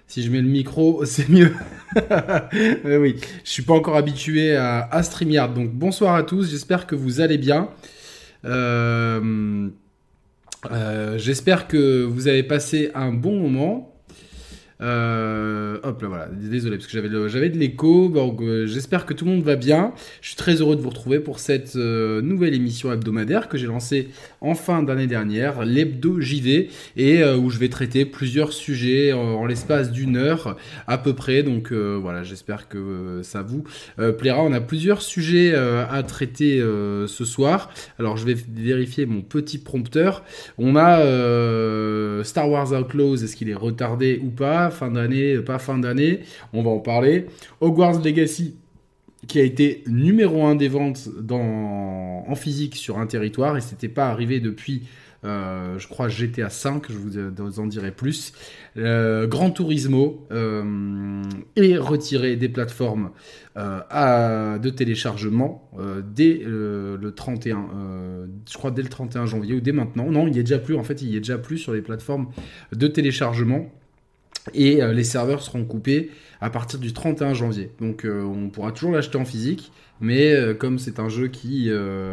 Si je mets le micro, c'est mieux. Oui, je suis pas encore habitué à StreamYard. Donc bonsoir à tous, j'espère que vous allez bien. Euh, J'espère que vous avez passé un bon moment. Hop là, voilà, désolé parce que j'avais de l'écho. Donc j'espère que tout le monde va bien. Je suis très heureux de vous retrouver pour cette nouvelle émission hebdomadaire que j'ai lancée en fin d'année dernière, l'Hebdo JV, et où je vais traiter plusieurs sujets en l'espace d'une heure à peu près. Donc voilà, j'espère que ça vous plaira. On a plusieurs sujets à traiter ce soir. Alors je vais vérifier mon petit prompteur. On a Star Wars Outlaws, est-ce qu'il est retardé ou pas? Fin d'année, pas fin d'année, on va en parler. Hogwarts Legacy, qui a été numéro 1 des ventes en physique sur un territoire, et c'était pas arrivé depuis, je crois, GTA 5, je vous en dirai plus. Gran Turismo est retiré des plateformes de téléchargement dès le 31, je crois dès le 31 janvier, ou dès maintenant. Non, il y est déjà plus, en fait, il y est déjà plus sur les plateformes de téléchargement. Et les serveurs seront coupés à partir du 31 janvier. Donc on pourra toujours l'acheter en physique, mais comme c'est un jeu qui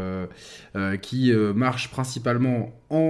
marche principalement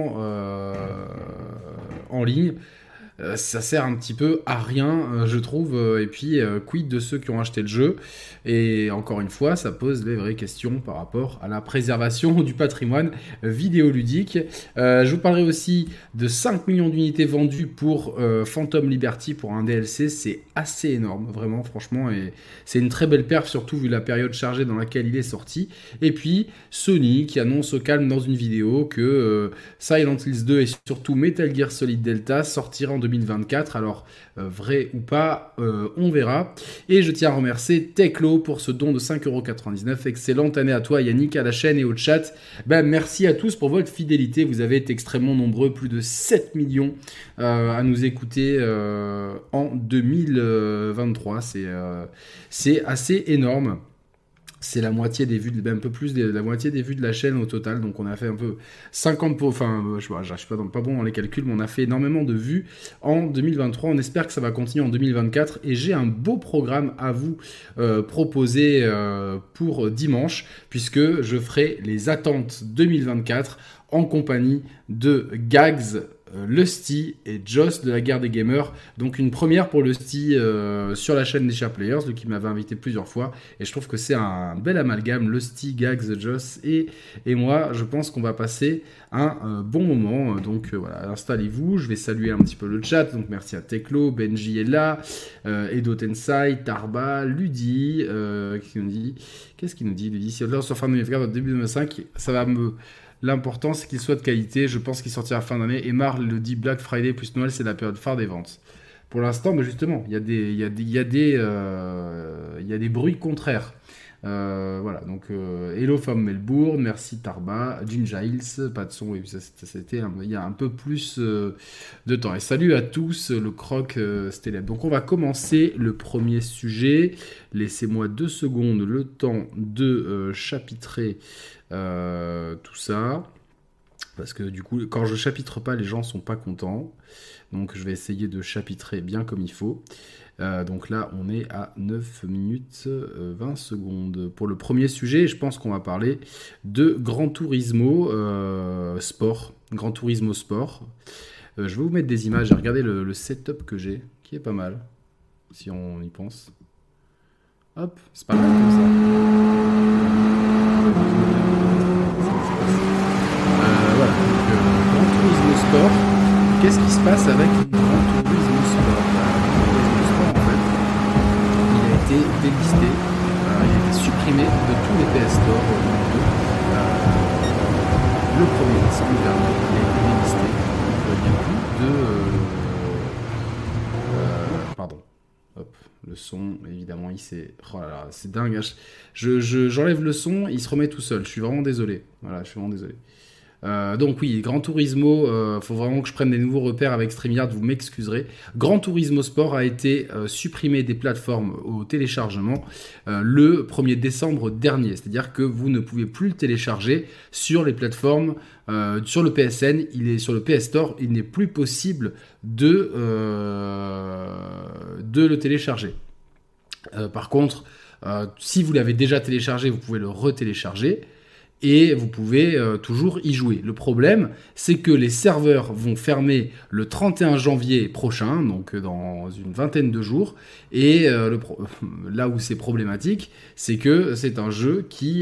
en ligne, ça sert un petit peu à rien, je trouve. Et puis, quid de ceux qui ont acheté le jeu? Et encore une fois, ça pose les vraies questions par rapport à la préservation du patrimoine vidéoludique. Je vous parlerai aussi de 5 millions d'unités vendues pour Phantom Liberty pour un DLC. C'est assez énorme, vraiment, franchement. Et c'est une très belle perf, surtout vu la période chargée dans laquelle il est sorti. Et puis, Sony qui annonce au calme dans une vidéo que Silent Hills 2 et surtout Metal Gear Solid Delta sortira en 2024, alors vrai ou pas, on verra. Et je tiens à remercier Techlo pour ce don de 5,99€. Excellente année à toi Yannick, à la chaîne et au chat. Merci à tous pour votre fidélité, vous avez été extrêmement nombreux, plus de 7 millions à nous écouter en 2023, c'est assez énorme. C'est la moitié des vues, un peu plus de la moitié des vues de la chaîne au total. Donc on a fait un peu 50 enfin je suis pas bon dans les calculs, mais on a fait énormément de vues en 2023. On espère que ça va continuer en 2024 et j'ai un beau programme à vous proposer pour dimanche, puisque je ferai les attentes 2024 en compagnie de Gags, Lusty et Joss de la guerre des gamers. Donc une première pour Lusty sur la chaîne des Chers Players, lui qui m'avait invité plusieurs fois, et je trouve que c'est un bel amalgame. Lusty, Gags, Joss et moi, je pense qu'on va passer un bon moment. Donc voilà, installez-vous, je vais saluer un petit peu le chat. Donc merci à Teklo, Benji est là, Edo Tensai, Tarba, Ludi, qu'est-ce qu'il nous dit Ludi, si on sur fin 2024, début 2025, ça va me... L'important, c'est qu'il soit de qualité. Je pense qu'il sortira à fin d'année. Et Mar le dit, Black Friday plus Noël, c'est la période phare des ventes. Pour l'instant, mais justement, il y a des bruits contraires. Voilà, donc Hello Femme Melbourne, merci Tarba, Jinja Hills, pas de son, oui, c'était il y a un peu plus de temps. Et salut à tous, le croc Stélèbre. Donc on va commencer le premier sujet. Laissez-moi 2 secondes, le temps de chapitrer tout ça, parce que du coup quand je chapitre pas, les gens sont pas contents, donc je vais essayer de chapitrer bien comme il faut. Donc là on est à 9 minutes 20 secondes pour le premier sujet, et je pense qu'on va parler de Gran Turismo Sport, Gran Turismo Sport. Je vais vous mettre des images et regardez le setup que j'ai, qui est pas mal si on y pense. Hop, c'est pas mal comme ça. Voilà, donc Gran Turismo Sport. Qu'est-ce qui se passe avec Gran Turismo Sport? Gran Turismo Sport, en fait, il a été délisté, il a été supprimé de tous les PS Store le 1er décembre dernier. Il a été délisté. Il n'y a plus de... pardon. Hop, le son, évidemment, il s'est... Oh là là, c'est dingue. J'enlève le son, il se remet tout seul. Je suis vraiment désolé. Voilà, je suis vraiment désolé. Donc oui, Gran Turismo, faut vraiment que je prenne des nouveaux repères avec StreamYard, vous m'excuserez. Gran Turismo Sport a été supprimé des plateformes au téléchargement le 1er décembre dernier. C'est-à-dire que vous ne pouvez plus le télécharger sur les plateformes, sur le PSN, il est sur le PS Store, il n'est plus possible de de le télécharger. Par contre, si vous l'avez déjà téléchargé, vous pouvez le retélécharger et vous pouvez toujours y jouer. Le problème, c'est que les serveurs vont fermer le 31 janvier prochain, donc dans une vingtaine de jours. Et là où c'est problématique, c'est que c'est un jeu qui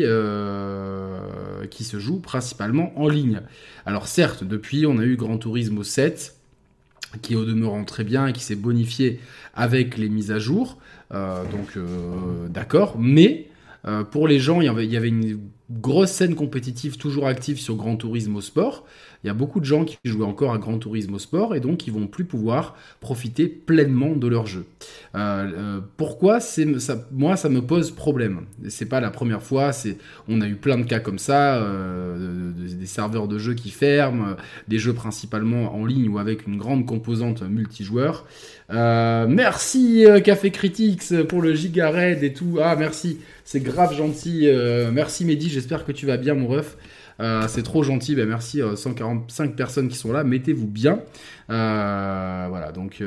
se joue principalement en ligne. Alors certes, depuis, on a eu Gran Turismo 7, qui est au demeurant très bien et qui s'est bonifié avec les mises à jour. D'accord, mais pour les gens, il y avait une grosse scène compétitive toujours active sur Gran Turismo Sport. Il y a beaucoup de gens qui jouent encore à Gran Turismo Sport et donc ils vont plus pouvoir profiter pleinement de leur jeu. Pourquoi moi, ça me pose problème. C'est pas la première fois. On a eu plein de cas comme ça, des serveurs de jeux qui ferment, des jeux principalement en ligne ou avec une grande composante multijoueur. Merci Café Critics pour le giga raid et tout. Ah merci, c'est grave gentil. Merci Mehdi, j'espère que tu vas bien mon ref. C'est trop gentil, merci 145 personnes qui sont là, mettez-vous bien. Voilà, donc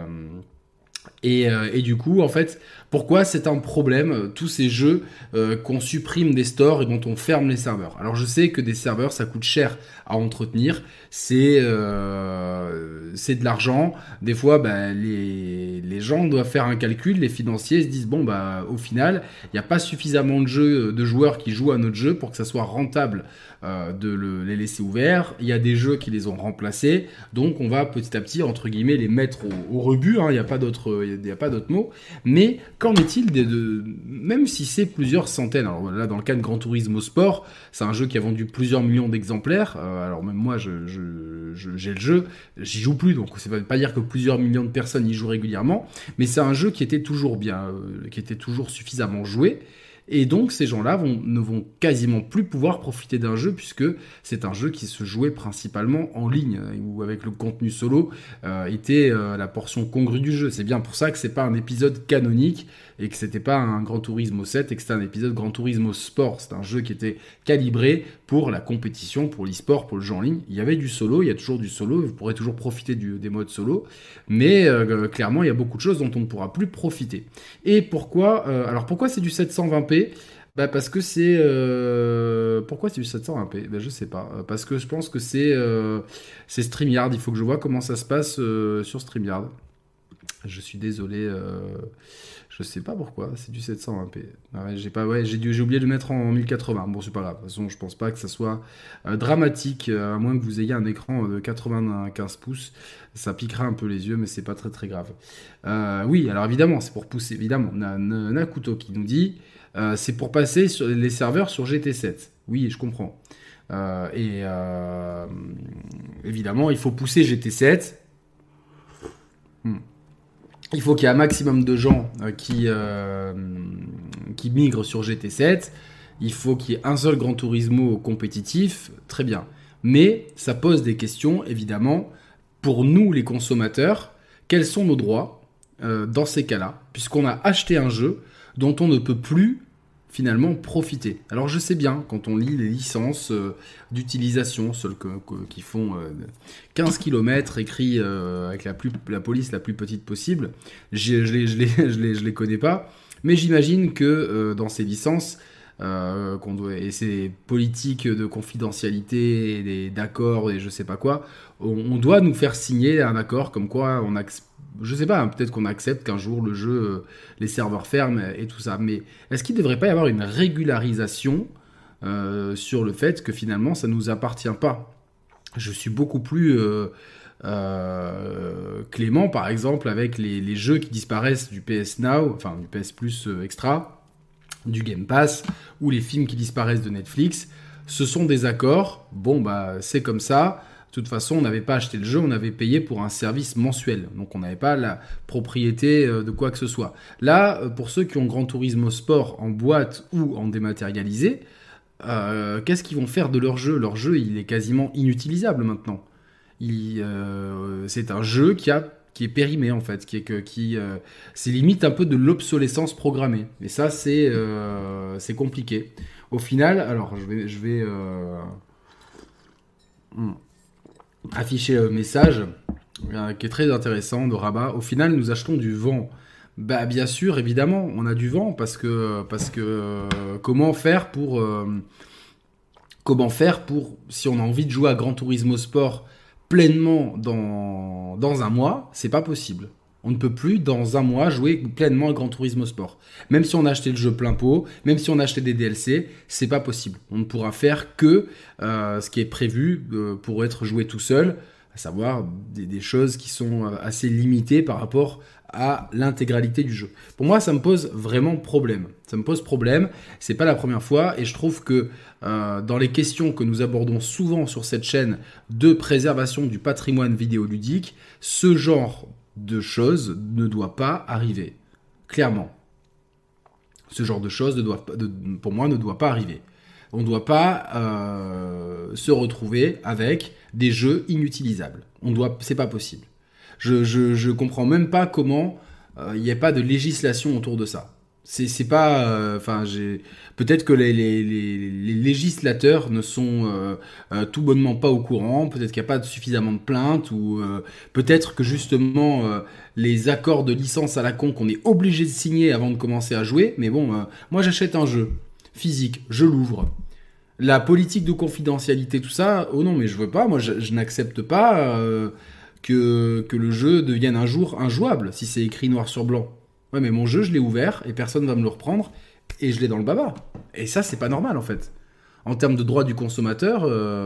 et du coup, en fait, pourquoi c'est un problème, tous ces jeux qu'on supprime des stores et dont on ferme les serveurs. Alors je sais que des serveurs, ça coûte cher à entretenir, c'est de l'argent. Des fois, les gens doivent faire un calcul, les financiers se disent, au final, il n'y a pas suffisamment de joueurs qui jouent à notre jeu pour que ça soit rentable de les laisser ouverts. Il y a des jeux qui les ont remplacés, donc on va petit à petit, entre guillemets, les mettre au rebut, il n'y a pas d'autre mot. Mais qu'en est-il même si c'est plusieurs centaines, alors là dans le cas de Gran Turismo Sport, c'est un jeu qui a vendu plusieurs millions d'exemplaires, alors même moi j'ai le jeu, j'y joue plus, donc ça ne veut pas dire que plusieurs millions de personnes y jouent régulièrement, mais c'est un jeu qui était toujours bien, qui était toujours suffisamment joué. Et donc ces gens-là ne vont quasiment plus pouvoir profiter d'un jeu puisque c'est un jeu qui se jouait principalement en ligne où avec le contenu solo était la portion congrue du jeu. C'est bien pour ça que c'est pas un épisode canonique et que c'était pas un Gran Turismo 7 et que c'était un épisode Gran Turismo Sport. C'est un jeu qui était calibré pour la compétition, pour l'e-sport, pour le jeu en ligne. Il y avait du solo, il y a toujours du solo, vous pourrez toujours profiter des modes solo, mais clairement il y a beaucoup de choses dont on ne pourra plus profiter. Et pourquoi c'est du 720p? Parce que c'est... Pourquoi c'est du 720p? Je sais pas. Parce que je pense que c'est StreamYard. Il faut que je vois comment ça se passe sur StreamYard. Je suis désolé. Je sais pas pourquoi. C'est du 720p. J'ai oublié de le mettre en 1080. Bon, c'est pas grave. De toute façon, je pense pas que ça soit dramatique. À moins que vous ayez un écran de 95 pouces. Ça piquera un peu les yeux, mais c'est pas très très grave. Oui, alors évidemment, c'est pour pousser. Évidemment, on a Nakuto qui nous dit... c'est pour passer sur les serveurs sur GT7. Oui, je comprends. Évidemment, il faut pousser GT7. Il faut qu'il y ait un maximum de gens qui migrent sur GT7. Il faut qu'il y ait un seul Gran Turismo compétitif. Très bien. Mais ça pose des questions, évidemment, pour nous, les consommateurs. Quels sont nos droits dans ces cas-là, puisqu'on a acheté un jeu dont on ne peut plus finalement profiter. Alors je sais bien, quand on lit les licences d'utilisation, celles qui font 15 km écrits avec la police la plus petite possible, je les connais pas, mais j'imagine que dans ces licences, et ces politiques de confidentialité, d'accords et je sais pas quoi, on doit nous faire signer un accord comme quoi on accepte. Je sais pas, peut-être qu'on accepte qu'un jour le jeu, les serveurs ferment et tout ça. Mais est-ce qu'il ne devrait pas y avoir une régularisation sur le fait que finalement ça ne nous appartient pas? Je suis beaucoup plus clément, par exemple, avec les jeux qui disparaissent du PS Now, enfin du PS Plus Extra, du Game Pass, ou les films qui disparaissent de Netflix. Ce sont des accords. Bon, c'est comme ça. De toute façon, on n'avait pas acheté le jeu, on avait payé pour un service mensuel. Donc on n'avait pas la propriété de quoi que ce soit. Là, pour ceux qui ont Gran Turismo Sport en boîte ou en dématérialisé, qu'est-ce qu'ils vont faire de leur jeu? Leur jeu, il est quasiment inutilisable maintenant. C'est un jeu qui est périmé en fait, c'est limite un peu de l'obsolescence programmée. Et ça, c'est compliqué. Au final, alors je vais afficher le message qui est très intéressant de Rabat. Au final, nous achetons du vent Bah bien sûr, évidemment, on a du vent parce que comment faire pour si on a envie de jouer à Gran Turismo Sport pleinement dans un mois, c'est pas possible. On ne peut plus dans un mois jouer pleinement à Gran Turismo Sport. Même si on a acheté le jeu plein pot, même si on a acheté des DLC, c'est pas possible. On ne pourra faire que ce qui est prévu pour être joué tout seul, à savoir des choses qui sont assez limitées par rapport à l'intégralité du jeu. Pour moi, ça me pose vraiment problème. Ça me pose problème, c'est pas la première fois, et je trouve que dans les questions que nous abordons souvent sur cette chaîne de préservation du patrimoine vidéoludique, ce genre de choses ne doit pas arriver. Clairement. Ce genre de choses pour moi ne doit pas arriver. On ne doit pas se retrouver avec des jeux inutilisables. C'est pas possible. Je comprends même pas comment il n'y a pas de législation autour de ça. C'est pas, peut-être que les législateurs ne sont tout bonnement pas au courant. Peut-être qu'il n'y a pas suffisamment de plaintes ou peut-être que justement les accords de licence à la con qu'on est obligé de signer avant de commencer à jouer. Mais bon, moi j'achète un jeu physique, je l'ouvre. La politique de confidentialité, tout ça, oh non, mais je veux pas. Moi, je n'accepte pas que le jeu devienne un jour injouable si c'est écrit noir sur blanc. Ouais, mais mon jeu, je l'ai ouvert et personne va me le reprendre et je l'ai dans le baba. Et ça, c'est pas normal en fait. En termes de droit du consommateur,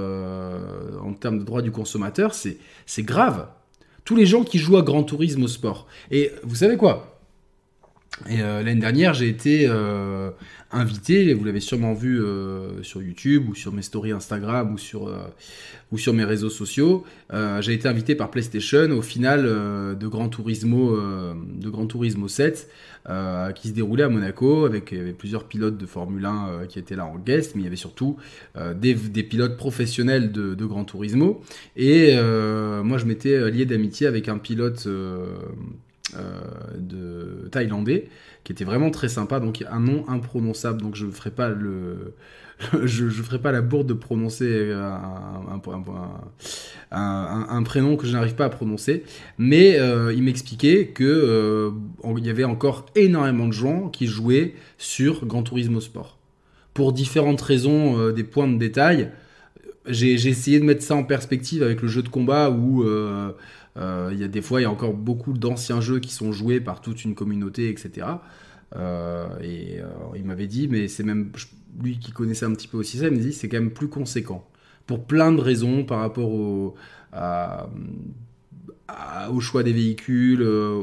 c'est grave. Tous les gens qui jouent à Gran Turismo Sport. Et vous savez quoi? Et l'année dernière, j'ai été invité, vous l'avez sûrement vu sur YouTube ou sur mes stories Instagram ou sur mes réseaux sociaux. J'ai été invité par PlayStation au final de Gran Turismo 7 qui se déroulait à Monaco avec plusieurs pilotes de Formule 1 qui étaient là en guest, mais il y avait surtout des pilotes professionnels de Gran Turismo. Et moi, je m'étais lié d'amitié avec un pilote de thaïlandais qui était vraiment très sympa, donc un nom imprononçable, donc je ferai pas je ferai pas la bourde de prononcer un prénom que je n'arrive pas à prononcer, mais il m'expliquait que il y avait encore énormément de gens qui jouaient sur Gran Turismo Sport pour différentes raisons, des points de détail. J'ai essayé de mettre ça en perspective avec le jeu de combat où il y a des fois, il y a encore beaucoup d'anciens jeux qui sont joués par toute une communauté, etc. Il m'avait dit, mais c'est même lui qui connaissait un petit peu aussi ça, il me dit c'est quand même plus conséquent. Pour plein de raisons par rapport au choix des véhicules,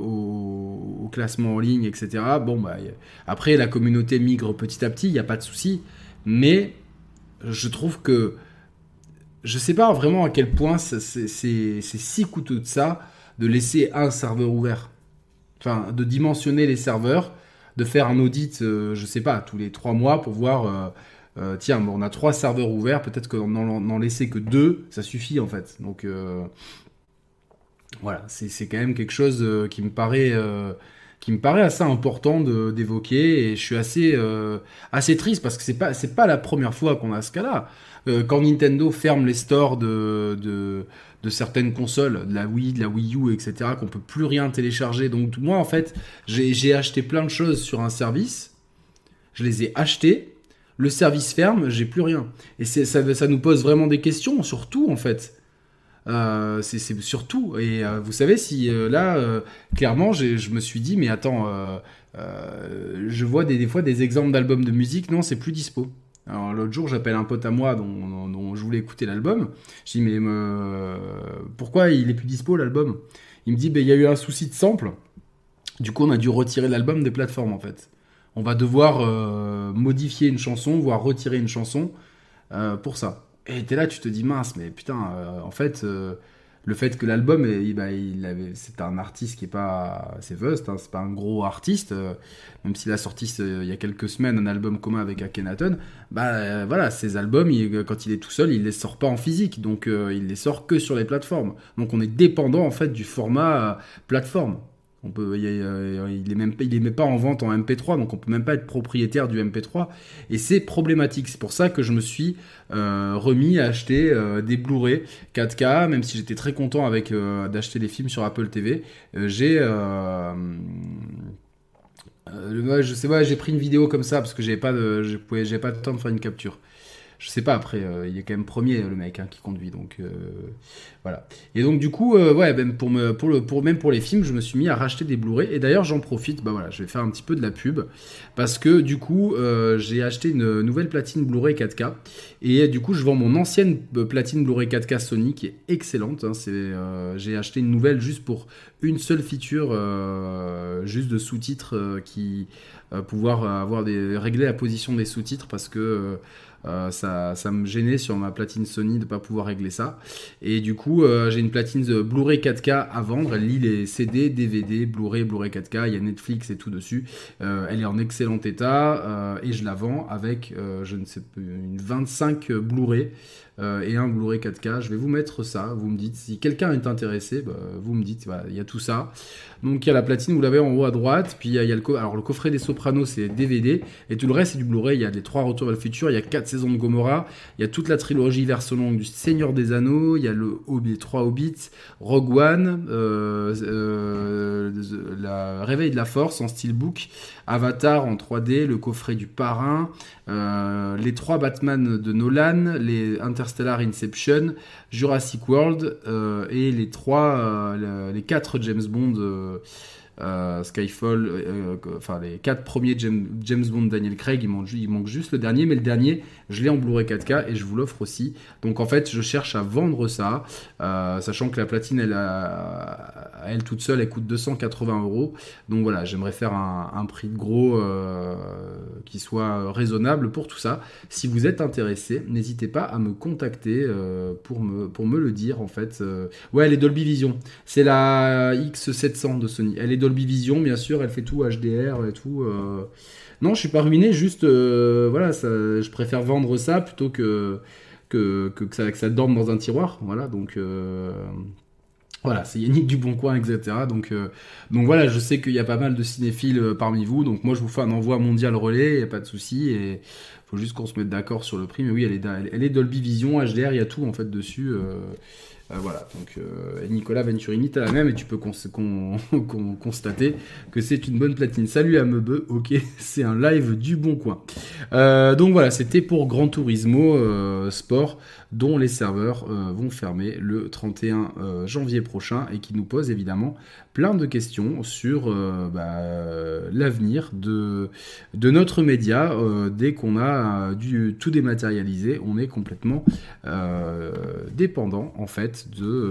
au classement en ligne, etc. Bon, bah, après, la communauté migre petit à petit, il n'y a pas de souci. Mais je trouve que je sais pas vraiment à quel point c'est si coûteux de ça de laisser un serveur ouvert. Enfin, de dimensionner les serveurs, de faire un audit, je sais pas, tous les 3 mois pour voir, tiens, bon, on a 3 serveurs ouverts, peut-être qu'on n'en laisser que 2, ça suffit en fait. Donc voilà, c'est quand même quelque chose qui me paraît assez important d'évoquer, et je suis assez triste parce que c'est pas la première fois qu'on a ce cas-là. Quand Nintendo ferme les stores de certaines consoles, de la Wii, de la Wii U, etc., qu'on peut plus rien télécharger. Donc moi, en fait, j'ai acheté plein de choses sur un service, je les ai achetées, le service ferme, j'ai plus rien. Et ça nous pose vraiment des questions, surtout en fait. C'est surtout, et vous savez, si là, clairement, je me suis dit, mais attends, je vois des fois des exemples d'albums de musique, non, c'est plus dispo. Alors l'autre jour, j'appelle un pote à moi dont je voulais écouter l'album. Je dis, mais pourquoi il est plus dispo l'album? Il me dit, il y a eu un souci de sample. Du coup, on a dû retirer l'album des plateformes en fait. On va devoir modifier une chanson, voire retirer une chanson pour ça. Et t'es là, tu te dis, mince, mais putain, en fait, le fait que l'album, c'est un artiste qui est pas, c'est Vust, hein, c'est pas un gros artiste, même s'il a sorti il y a quelques semaines un album commun avec Akhenaton, voilà, ces albums, quand il est tout seul, il les sort pas en physique, donc il les sort que sur les plateformes. Donc on est dépendant en fait du format plateforme. Il est même pas en vente en MP3, donc on peut même pas être propriétaire du MP3, et c'est problématique. C'est pour ça que je me suis remis à acheter des Blu-ray 4K, même si j'étais très content d'acheter des films sur Apple TV. Je sais pas, j'ai pris une vidéo comme ça parce que j'avais pas le temps de faire une capture. Je sais pas, après, il est quand même premier, le mec, hein, qui conduit, donc voilà. Et donc, du coup, ouais, même même pour les films, je me suis mis à racheter des Blu-ray. Et d'ailleurs, j'en profite, bah voilà, je vais faire un petit peu de la pub, parce que du coup, j'ai acheté une nouvelle platine Blu-ray 4K. Et du coup, je vends mon ancienne platine Blu-ray 4K Sony, qui est excellente. Hein, j'ai acheté une nouvelle juste pour une seule feature, juste de sous-titres, qui pouvoir régler la position des sous-titres, parce que ça me gênait sur ma platine Sony de ne pas pouvoir régler ça. Et du coup, j'ai une platine de Blu-ray 4K à vendre. Elle lit les CD, DVD, Blu-ray, Blu-ray 4K. Il y a Netflix et tout dessus. Elle est en excellent état et je la vends avec, je ne sais plus, une 25 Blu-ray. Et un Blu-ray 4K, je vais vous mettre ça, vous me dites, si quelqu'un est intéressé, bah, vous me dites, voilà, il y a tout ça. Donc il y a la platine, vous l'avez en haut à droite, puis il y a alors le coffret des Sopranos, c'est DVD, et tout le reste c'est du Blu-ray, il y a les 3 Retours vers le futur, il y a 4 saisons de Gomorrah, il y a toute la trilogie version longue du Seigneur des Anneaux, il y a les 3 Hobbits, Rogue One, la Réveil de la Force en steelbook, Avatar en 3D, le coffret du Parrain, les 3 Batman de Nolan, les Interstellar, Inception, Jurassic World et les 4 James Bond, Skyfall, enfin les 4 premiers James Bond Daniel Craig, il manque juste le dernier, mais le dernier je l'ai en Blu-ray 4K et je vous l'offre aussi. Donc en fait je cherche à vendre ça, sachant que la platine elle toute seule elle coûte 280 €. Donc voilà, j'aimerais faire un prix de gros qui soit raisonnable pour tout ça. Si vous êtes intéressé, n'hésitez pas à me contacter pour me le dire en fait. Ouais, elle est Dolby Vision, c'est la X700 de Sony, elle est Dolby Vision, bien sûr, elle fait tout HDR et tout. Non, je suis pas ruiné, juste voilà, je préfère vendre ça plutôt que ça dorme dans un tiroir. Voilà, donc voilà, c'est Yannick Duboncoin, etc. Donc voilà, je sais qu'il y a pas mal de cinéphiles parmi vous, donc moi je vous fais un envoi mondial relais, il n'y a pas de souci, et faut juste qu'on se mette d'accord sur le prix. Mais oui, elle est Dolby Vision, HDR, il y a tout en fait dessus. Voilà, donc Nicolas Venturini, t'as la même et tu peux constater que c'est une bonne platine. Salut à Meubeux, ok, c'est un live du Bon Coin. Donc voilà, c'était pour Gran Turismo Sport, dont les serveurs vont fermer le 31 janvier prochain et qui nous pose évidemment plein de questions sur l'avenir de notre média. Dès qu'on a dû tout dématérialiser, on est complètement dépendant en fait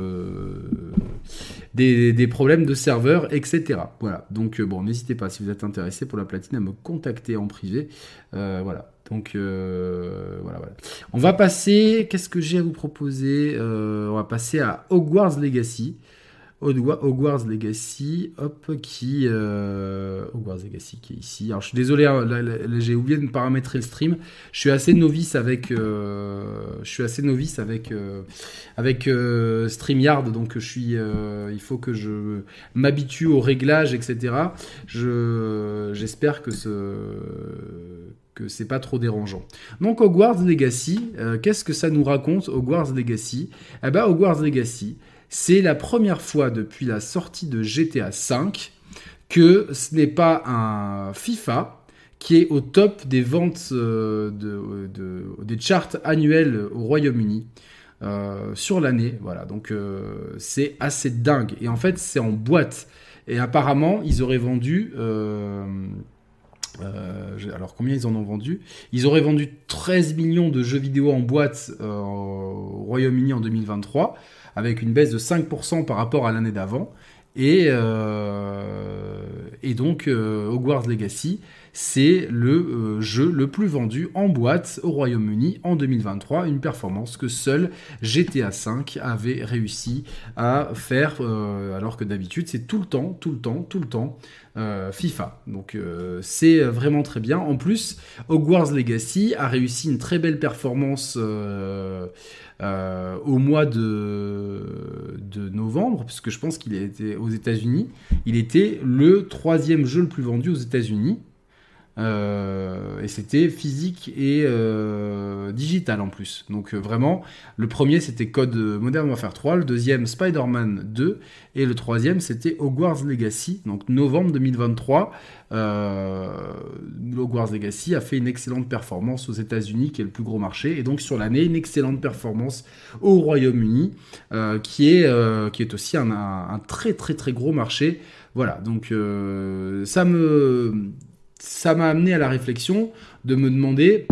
des problèmes de serveurs, etc. Voilà, donc bon, n'hésitez pas si vous êtes intéressé pour la platine à me contacter en privé. Voilà. Donc voilà. On va passer, qu'est-ce que j'ai à vous proposer? On va passer à Hogwarts Legacy. Hogwarts Legacy, Hogwarts Legacy qui est ici. Alors je suis désolé, hein, là, j'ai oublié de paramétrer le stream. Je suis assez novice avec StreamYard, donc il faut que je m'habitue aux réglages, etc. J'espère que c'est pas trop dérangeant. Donc Hogwarts Legacy, qu'est-ce que ça nous raconte Hogwarts Legacy? Eh ben Hogwarts Legacy, c'est la première fois depuis la sortie de GTA V que ce n'est pas un FIFA qui est au top des ventes des charts annuels au Royaume-Uni sur l'année. Voilà, donc c'est assez dingue. Et en fait, c'est en boîte. Et apparemment, ils auraient vendu... alors combien ils en ont vendu? Ils auraient vendu 13 millions de jeux vidéo en boîte au Royaume-Uni en 2023, avec une baisse de 5% par rapport à l'année d'avant. Et donc Hogwarts Legacy, c'est le jeu le plus vendu en boîte au Royaume-Uni en 2023, une performance que seul GTA V avait réussi à faire, alors que d'habitude c'est tout le temps FIFA. Donc c'est vraiment très bien. En plus, Hogwarts Legacy a réussi une très belle performance au mois de novembre, puisque je pense qu'il était aux États-Unis. Il était le 3e jeu le plus vendu aux États-Unis. Et c'était physique et digital en plus. Donc vraiment, le premier c'était Code Modern Warfare 3, le deuxième Spider-Man 2, et le troisième c'était Hogwarts Legacy, donc novembre 2023. Hogwarts Legacy a fait une excellente performance aux États-Unis, qui est le plus gros marché, et donc sur l'année, une excellente performance au Royaume-Uni, qui est aussi un très très très gros marché. Voilà, donc ça m'a amené à la réflexion de me demander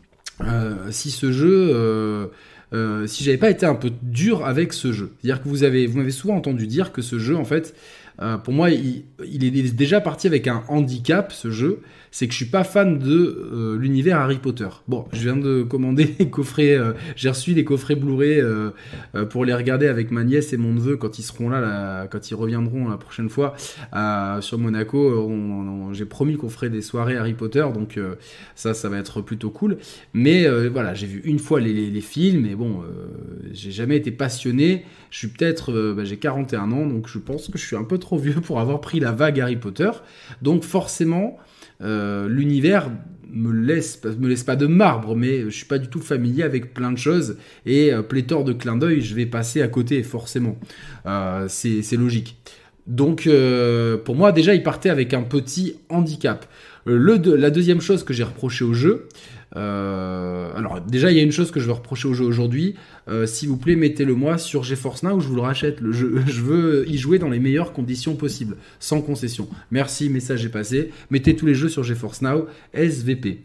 si ce jeu, si j'avais pas été un peu dur avec ce jeu. C'est-à-dire que vous m'avez souvent entendu dire que ce jeu, en fait, pour moi, il est déjà parti avec un handicap, ce jeu. C'est que je suis pas fan de l'univers Harry Potter. Bon, je viens de commander les coffrets, j'ai reçu les coffrets Blu-ray pour les regarder avec ma nièce et mon neveu quand ils seront là, quand ils reviendront la prochaine fois sur Monaco. J'ai promis qu'on ferait des soirées Harry Potter, donc ça va être plutôt cool. Mais voilà, j'ai vu une fois les films, et bon, j'ai jamais été passionné. Je suis peut-être, j'ai 41 ans, donc je pense que je suis un peu trop vieux pour avoir pris la vague Harry Potter. Donc forcément, l'univers me laisse pas de marbre, mais je suis pas du tout familier avec plein de choses, et pléthore de clins d'œil, je vais passer à côté forcément. C'est logique. Donc pour moi déjà il partait avec un petit handicap. La deuxième chose que j'ai reproché au jeu, alors déjà il y a une chose que je veux reprocher au jeu aujourd'hui, s'il vous plaît mettez-le moi sur GeForce Now, je vous le rachète le jeu. Je veux y jouer dans les meilleures conditions possibles, sans concession. Merci, message est passé, mettez tous les jeux sur GeForce Now, SVP.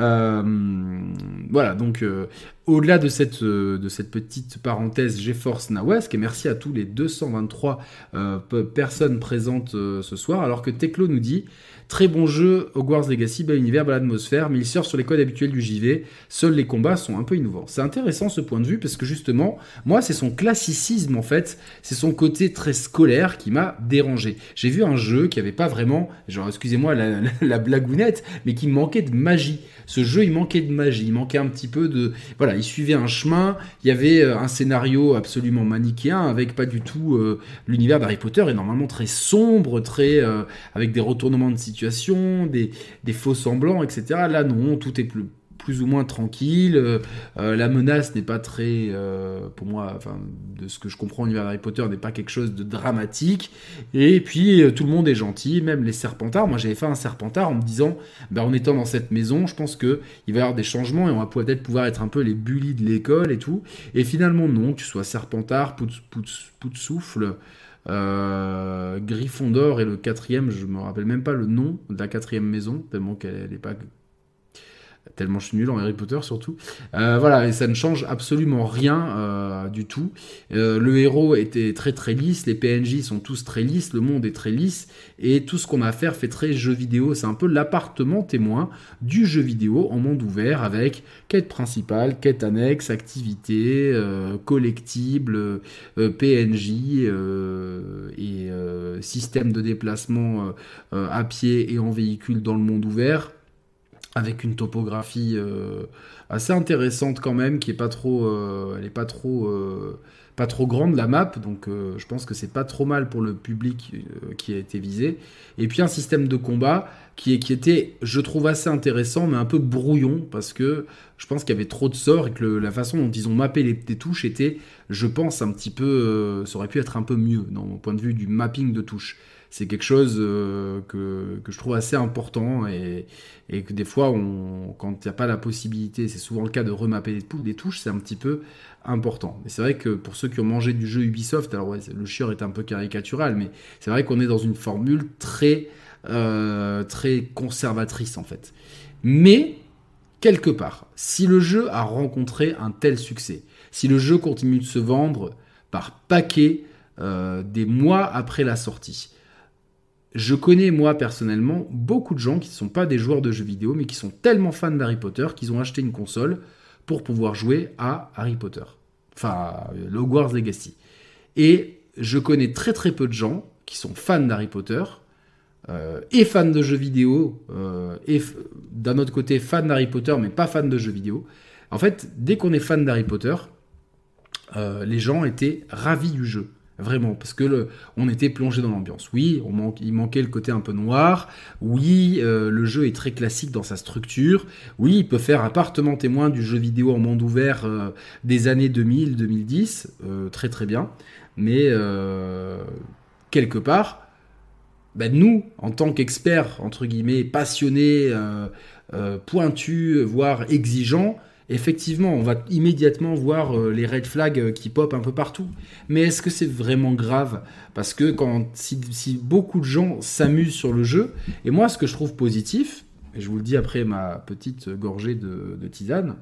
Voilà, donc au-delà de cette petite parenthèse GeForce Nowesque, et merci à tous les 223 personnes présentes ce soir, alors que Teclo nous dit: très bon jeu, Hogwarts Legacy, bel univers, belle atmosphère, mais il sort sur les codes habituels du JV, seuls les combats sont un peu innovants. C'est intéressant ce point de vue, parce que justement, moi c'est son classicisme en fait, c'est son côté très scolaire qui m'a dérangé. J'ai vu un jeu qui avait pas vraiment, genre excusez-moi la blagounette, mais qui manquait de magie. Ce jeu il manquait de magie, il manquait un petit peu de... Voilà, il suivait un chemin, il y avait un scénario absolument manichéen, avec pas du tout... l'univers d'Harry Potter est normalement très sombre, très avec des retournements de situation, des faux semblants, etc. Là non, tout est plus ou moins tranquille, la menace n'est pas très, pour moi, enfin, de ce que je comprends, l'univers d'Harry Potter n'est pas quelque chose de dramatique, et puis tout le monde est gentil, même les Serpentards. Moi j'avais fait un Serpentard en me disant, en étant dans cette maison, je pense qu'il va y avoir des changements, et on va peut-être pouvoir être un peu les bullies de l'école et tout, et finalement non, que tu sois Serpentard, Pout-Souffle, Gryffondor et le quatrième, je me rappelle même pas le nom de la quatrième maison, tellement qu'elle n'est pas... Tellement je suis nul en Harry Potter surtout. Voilà, et ça ne change absolument rien du tout. Le héros était très très lisse, les PNJ sont tous très lisses, le monde est très lisse, et tout ce qu'on a à faire fait très jeu vidéo. C'est un peu l'appartement témoin du jeu vidéo en monde ouvert, avec quête principale, quête annexe, activité, collectible, PNJ et système de déplacement à pied et en véhicule dans le monde ouvert, avec une topographie assez intéressante quand même, qui est pas trop, elle est pas trop grande la map, donc je pense que c'est pas trop mal pour le public qui a été visé. Et puis un système de combat qui était, je trouve, assez intéressant, mais un peu brouillon, parce que je pense qu'il y avait trop de sorts, et que la façon dont ils ont mappé les touches était, je pense, un petit peu, ça aurait pu être un peu mieux, dans mon point de vue du mapping de touches. C'est quelque chose que je trouve assez important, et que des fois, quand il n'y a pas la possibilité, c'est souvent le cas de remapper des touches, c'est un petit peu important. Et c'est vrai que pour ceux qui ont mangé du jeu Ubisoft, alors ouais, le chieur est un peu caricatural, mais c'est vrai qu'on est dans une formule très conservatrice en fait. Mais, quelque part, si le jeu a rencontré un tel succès, si le jeu continue de se vendre par paquet des mois après la sortie, je connais, moi, personnellement, beaucoup de gens qui ne sont pas des joueurs de jeux vidéo, mais qui sont tellement fans d'Harry Potter qu'ils ont acheté une console pour pouvoir jouer à Harry Potter. Enfin, Hogwarts Legacy. Et je connais très très peu de gens qui sont fans d'Harry Potter, et fans de jeux vidéo, et d'un autre côté, fans d'Harry Potter, mais pas fans de jeux vidéo. En fait, dès qu'on est fan d'Harry Potter, les gens étaient ravis du jeu. Vraiment, parce que on était plongé dans l'ambiance. Oui, il manquait le côté un peu noir. Oui, le jeu est très classique dans sa structure. Oui, il peut faire appartement témoin du jeu vidéo en monde ouvert des années 2000-2010. Très très bien. Mais quelque part, ben nous, en tant qu'experts, entre guillemets, passionnés, pointus, voire exigeants, effectivement, on va immédiatement voir les red flags qui popent un peu partout. Mais est-ce que c'est vraiment grave? Parce que si beaucoup de gens s'amusent sur le jeu, et moi, ce que je trouve positif, et je vous le dis après ma petite gorgée de tisane,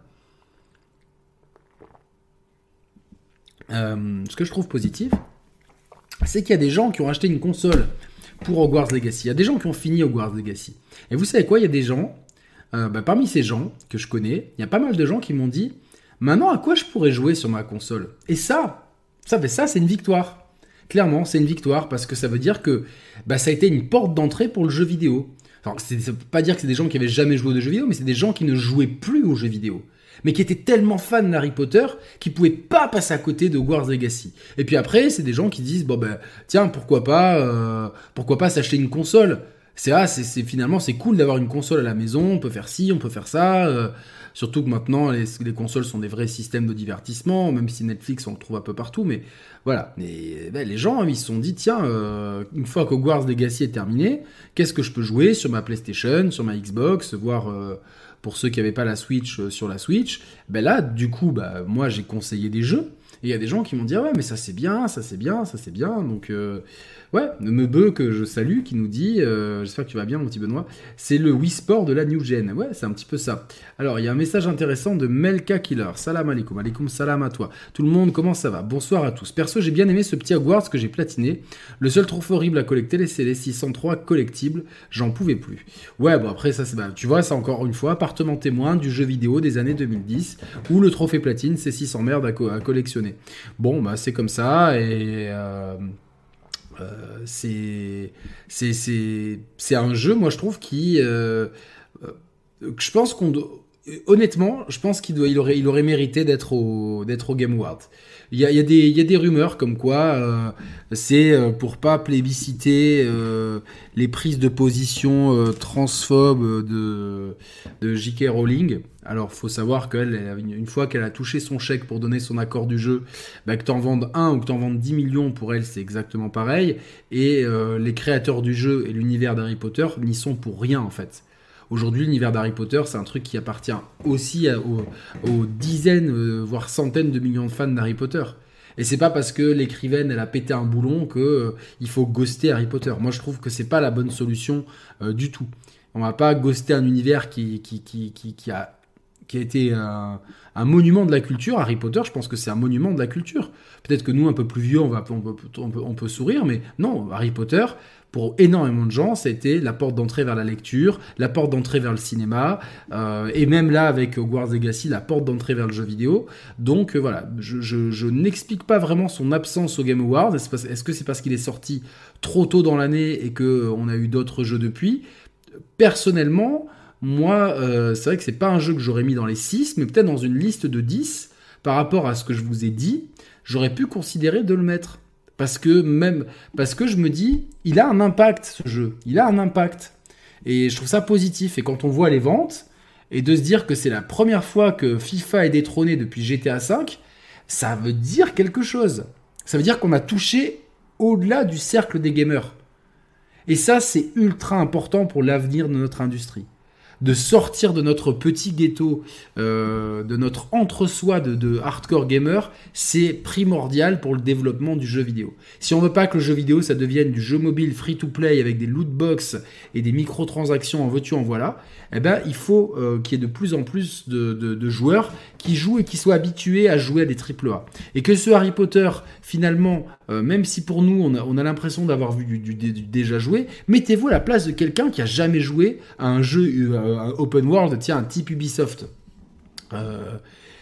ce que je trouve positif, c'est qu'il y a des gens qui ont acheté une console pour Hogwarts Legacy. Il y a des gens qui ont fini Hogwarts Legacy. Et vous savez quoi? Il y a des gens, parmi ces gens que je connais, il y a pas mal de gens qui m'ont dit maintenant, à quoi je pourrais jouer sur ma console? Et ça, c'est une victoire. Clairement, c'est une victoire parce que ça veut dire que ça a été une porte d'entrée pour le jeu vidéo. Alors, ça ne veut pas dire que c'est des gens qui avaient jamais joué aux jeux vidéo, mais c'est des gens qui ne jouaient plus aux jeux vidéo, mais qui étaient tellement fans d'Harry Potter qu'ils pouvaient pas passer à côté de Hogwarts Legacy. Et puis après, c'est des gens qui disent tiens, pourquoi pas s'acheter une console. Finalement c'est cool d'avoir une console à la maison, on peut faire ci, on peut faire ça. Surtout que maintenant les consoles sont des vrais systèmes de divertissement, même si Netflix on le trouve un peu partout, mais voilà. Et, les gens ils se sont dit tiens, une fois que Hogwarts Legacy est terminé, qu'est-ce que je peux jouer sur ma PlayStation, sur ma Xbox, voire pour ceux qui n'avaient pas la Switch sur la Switch. Là du coup moi j'ai conseillé des jeux. Et il y a des gens qui m'ont dit, ouais, mais ça c'est bien, ça c'est bien, ça c'est bien. Donc, ouais, Meubeu que je salue, qui nous dit, j'espère que tu vas bien, mon petit Benoît, c'est le Wii Sport de la New Gen. Ouais, c'est un petit peu ça. Alors, il y a un message intéressant de Melka Killer. Salam alaikum, alaikum salam à toi. Tout le monde, comment ça va? Bonsoir à tous. Perso, j'ai bien aimé ce petit Hogwarts que j'ai platiné. Le seul trophée horrible à collecter, c'est les 603 collectibles. J'en pouvais plus. Ouais, bon, après, ça, tu vois, c'est encore une fois, appartement témoin du jeu vidéo des années 2010, où le trophée platine, c'est 600 merdes à collectionner. Bon, c'est comme ça, et c'est un jeu, moi je trouve, je pense honnêtement, je pense il aurait mérité d'être au Game Awards. Il y a des rumeurs comme quoi c'est pour pas plébisciter les prises de position transphobes de J.K. Rowling. Alors, faut savoir qu'elle, une fois qu'elle a touché son chèque pour donner son accord du jeu, que t'en vendes 1 ou que t'en vendes 10 millions, pour elle, c'est exactement pareil. Et les créateurs du jeu et l'univers d'Harry Potter n'y sont pour rien, en fait. Aujourd'hui, l'univers d'Harry Potter, c'est un truc qui appartient aussi aux dizaines, voire centaines de millions de fans d'Harry Potter. Et c'est pas parce que l'écrivaine, elle a pété un boulon que il faut ghoster Harry Potter. Moi, je trouve que c'est pas la bonne solution du tout. On va pas ghoster un univers qui a été un monument de la culture. Harry Potter, je pense que c'est un monument de la culture. Peut-être que nous, un peu plus vieux, on peut sourire, mais non, Harry Potter, pour énormément de gens, c'était la porte d'entrée vers la lecture, la porte d'entrée vers le cinéma, et même là, avec Hogwarts Legacy, la porte d'entrée vers le jeu vidéo. Donc voilà, je n'explique pas vraiment son absence au Game Awards. Est-ce que c'est parce qu'il est sorti trop tôt dans l'année et qu'on a eu d'autres jeux depuis? Personnellement, moi, c'est vrai que c'est pas un jeu que j'aurais mis dans les 6, mais peut-être dans une liste de 10, par rapport à ce que je vous ai dit, j'aurais pu considérer de le mettre. Parce que je me dis, il a un impact, ce jeu. Il a un impact. Et je trouve ça positif. Et quand on voit les ventes, et de se dire que c'est la première fois que FIFA est détrôné depuis GTA V, ça veut dire quelque chose. Ça veut dire qu'on a touché au-delà du cercle des gamers. Et ça, c'est ultra important pour l'avenir de notre industrie. De sortir de notre petit ghetto, de notre entre-soi de hardcore gamer, c'est primordial pour le développement du jeu vidéo. Si on veut pas que le jeu vidéo, ça devienne du jeu mobile free-to-play avec des loot-box et des microtransactions en veux-tu, en voilà, il faut qu'il y ait de plus en plus de joueurs qui jouent et qui soient habitués à jouer à des AAA. Et que ce Harry Potter, finalement, même si pour nous, on a l'impression d'avoir vu du déjà joué, mettez-vous à la place de quelqu'un qui a jamais joué à un jeu open world, tiens, un type Ubisoft. Le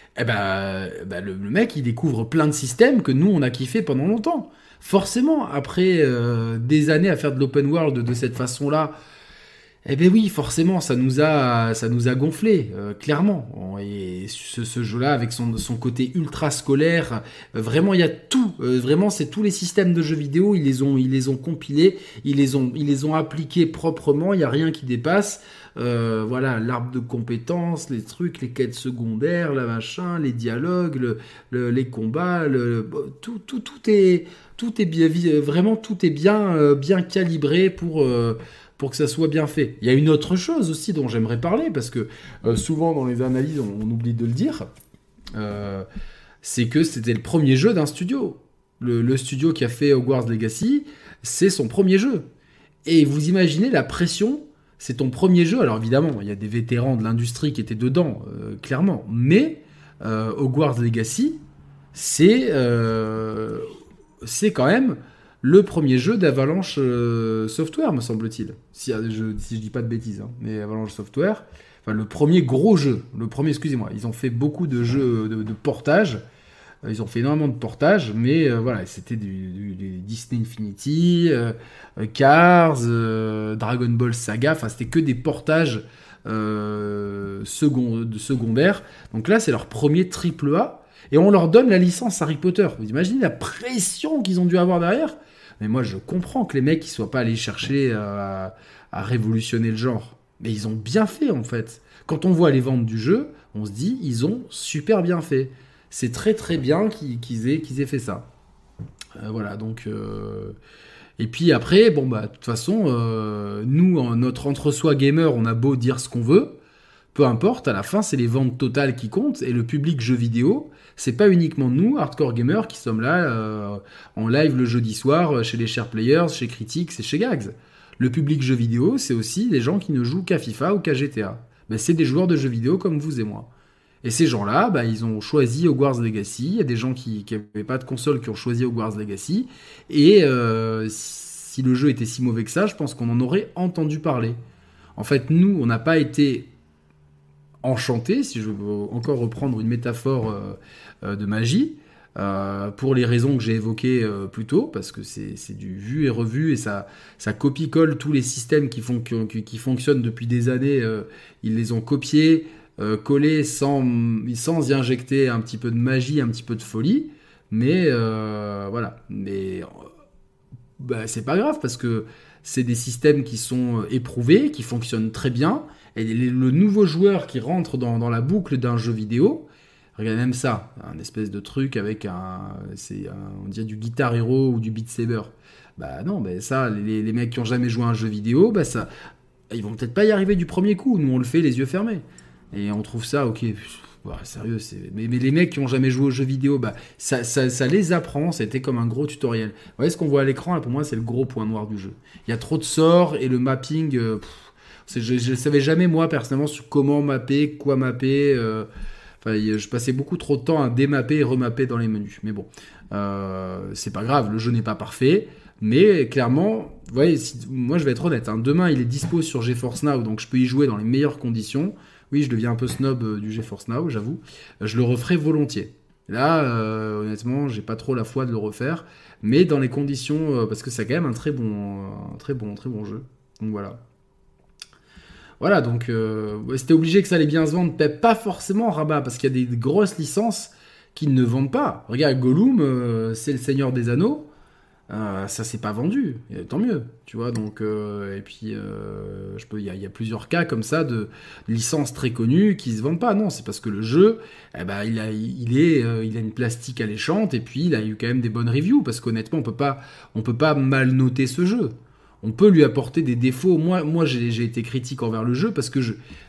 mec, il découvre plein de systèmes que nous, on a kiffé pendant longtemps. Forcément, après des années à faire de l'open world de cette façon-là, Eh ben oui, forcément, ça nous a gonflé, clairement. Et ce jeu-là, avec son côté ultra scolaire, vraiment, il y a tout. Vraiment, c'est tous les systèmes de jeux vidéo, ils les ont compilés, ils les ont appliqués proprement. Il y a rien qui dépasse. Voilà, l'arbre de compétences, les trucs, les quêtes secondaires, la machin, les dialogues, les combats, tout est bien, vraiment, tout est bien calibré pour que ça soit bien fait. Il y a une autre chose aussi dont j'aimerais parler, parce que souvent dans les analyses, on oublie de le dire, euh, c'est que c'était le premier jeu d'un studio. Le studio qui a fait Hogwarts Legacy, c'est son premier jeu. Et vous imaginez la pression, c'est ton premier jeu. Alors évidemment, il y a des vétérans de l'industrie qui étaient dedans, clairement. Mais Hogwarts Legacy, c'est c'est quand même le premier jeu d'Avalanche Software, me semble-t-il. Si je dis pas de bêtises, hein, mais Avalanche Software, enfin le premier gros jeu, le premier, excusez-moi, ils ont fait beaucoup de jeux de portage, ils ont fait énormément de portage, mais voilà, c'était du Disney Infinity, Cars, Dragon Ball Saga, enfin c'était que des portages secondaires. Donc là, c'est leur premier triple A, et on leur donne la licence Harry Potter. Vous imaginez la pression qu'ils ont dû avoir derrière? Mais moi, je comprends que les mecs, ils soient pas allés chercher à révolutionner le genre. Mais ils ont bien fait, en fait. Quand on voit les ventes du jeu, on se dit, ils ont super bien fait. C'est très très bien qu'ils aient fait ça. Voilà, donc... Et puis après, bon, bah, de toute façon, nous, notre entre-soi gamer, on a beau dire ce qu'on veut, peu importe, à la fin, c'est les ventes totales qui comptent, et le public jeu vidéo, c'est pas uniquement nous, hardcore gamers, qui sommes là en live le jeudi soir chez les Share Players, chez Critics et chez Gags. Le public jeu vidéo, c'est aussi des gens qui ne jouent qu'à FIFA ou qu'à GTA. Ben, c'est des joueurs de jeux vidéo comme vous et moi. Et ces gens-là, bah, ils ont choisi Hogwarts Legacy. Il y a des gens qui n'avaient pas de console qui ont choisi Hogwarts Legacy. Et si le jeu était si mauvais que ça, je pense qu'on en aurait entendu parler. En fait, nous, on n'a pas été enchantés, si je veux encore reprendre une métaphore de magie, pour les raisons que j'ai évoquées plus tôt, parce que c'est du vu et revu, et ça copie-colle tous les systèmes qui fonctionnent depuis des années. Ils les ont copiés, collés sans y injecter un petit peu de magie, un petit peu de folie. Mais voilà. Mais bah, c'est pas grave, parce que c'est des systèmes qui sont éprouvés, qui fonctionnent très bien. Et le nouveau joueur qui rentre dans la boucle d'un jeu vidéo, regarde même ça, un espèce de truc avec on dirait du Guitar Hero ou du Beat Saber. Bah non, bah ça, les mecs qui ont jamais joué à un jeu vidéo, bah ça, ils vont peut-être pas y arriver du premier coup. Nous, on le fait les yeux fermés. Et on trouve ça, ok, bah, sérieux, mais les mecs qui ont jamais joué aux jeux vidéo, bah, ça les apprend, c'était comme un gros tutoriel. Vous voyez ce qu'on voit à l'écran, là, pour moi, c'est le gros point noir du jeu. Il y a trop de sorts, et le mapping, je ne savais jamais, moi, personnellement, sur comment mapper, quoi mapper. Enfin, je passais beaucoup trop de temps à démapper et remapper dans les menus. Mais bon, c'est pas grave, le jeu n'est pas parfait. Mais clairement, vous voyez, moi je vais être honnête, hein, demain il est dispo sur GeForce Now, donc je peux y jouer dans les meilleures conditions. Oui, je deviens un peu snob du GeForce Now, j'avoue. Je le referai volontiers. Là, honnêtement, j'ai pas trop la foi de le refaire, mais dans les conditions, parce que c'est quand même un très bon jeu. Donc voilà. Voilà, donc ouais, c'était obligé que ça allait bien se vendre. Pas forcément Rabat, parce qu'il y a des grosses licences qui ne vendent pas. Regarde, Gollum, c'est le Seigneur des Anneaux. Ça s'est pas vendu, et tant mieux, tu vois. Donc, et puis, il y a plusieurs cas comme ça de licences très connues qui se vendent pas. Non, c'est parce que le jeu, eh ben, il a une plastique alléchante, et puis il a eu quand même des bonnes reviews. Parce qu'honnêtement, on peut pas mal noter ce jeu. On peut lui apporter des défauts. Moi, j'ai été critique envers le jeu parce que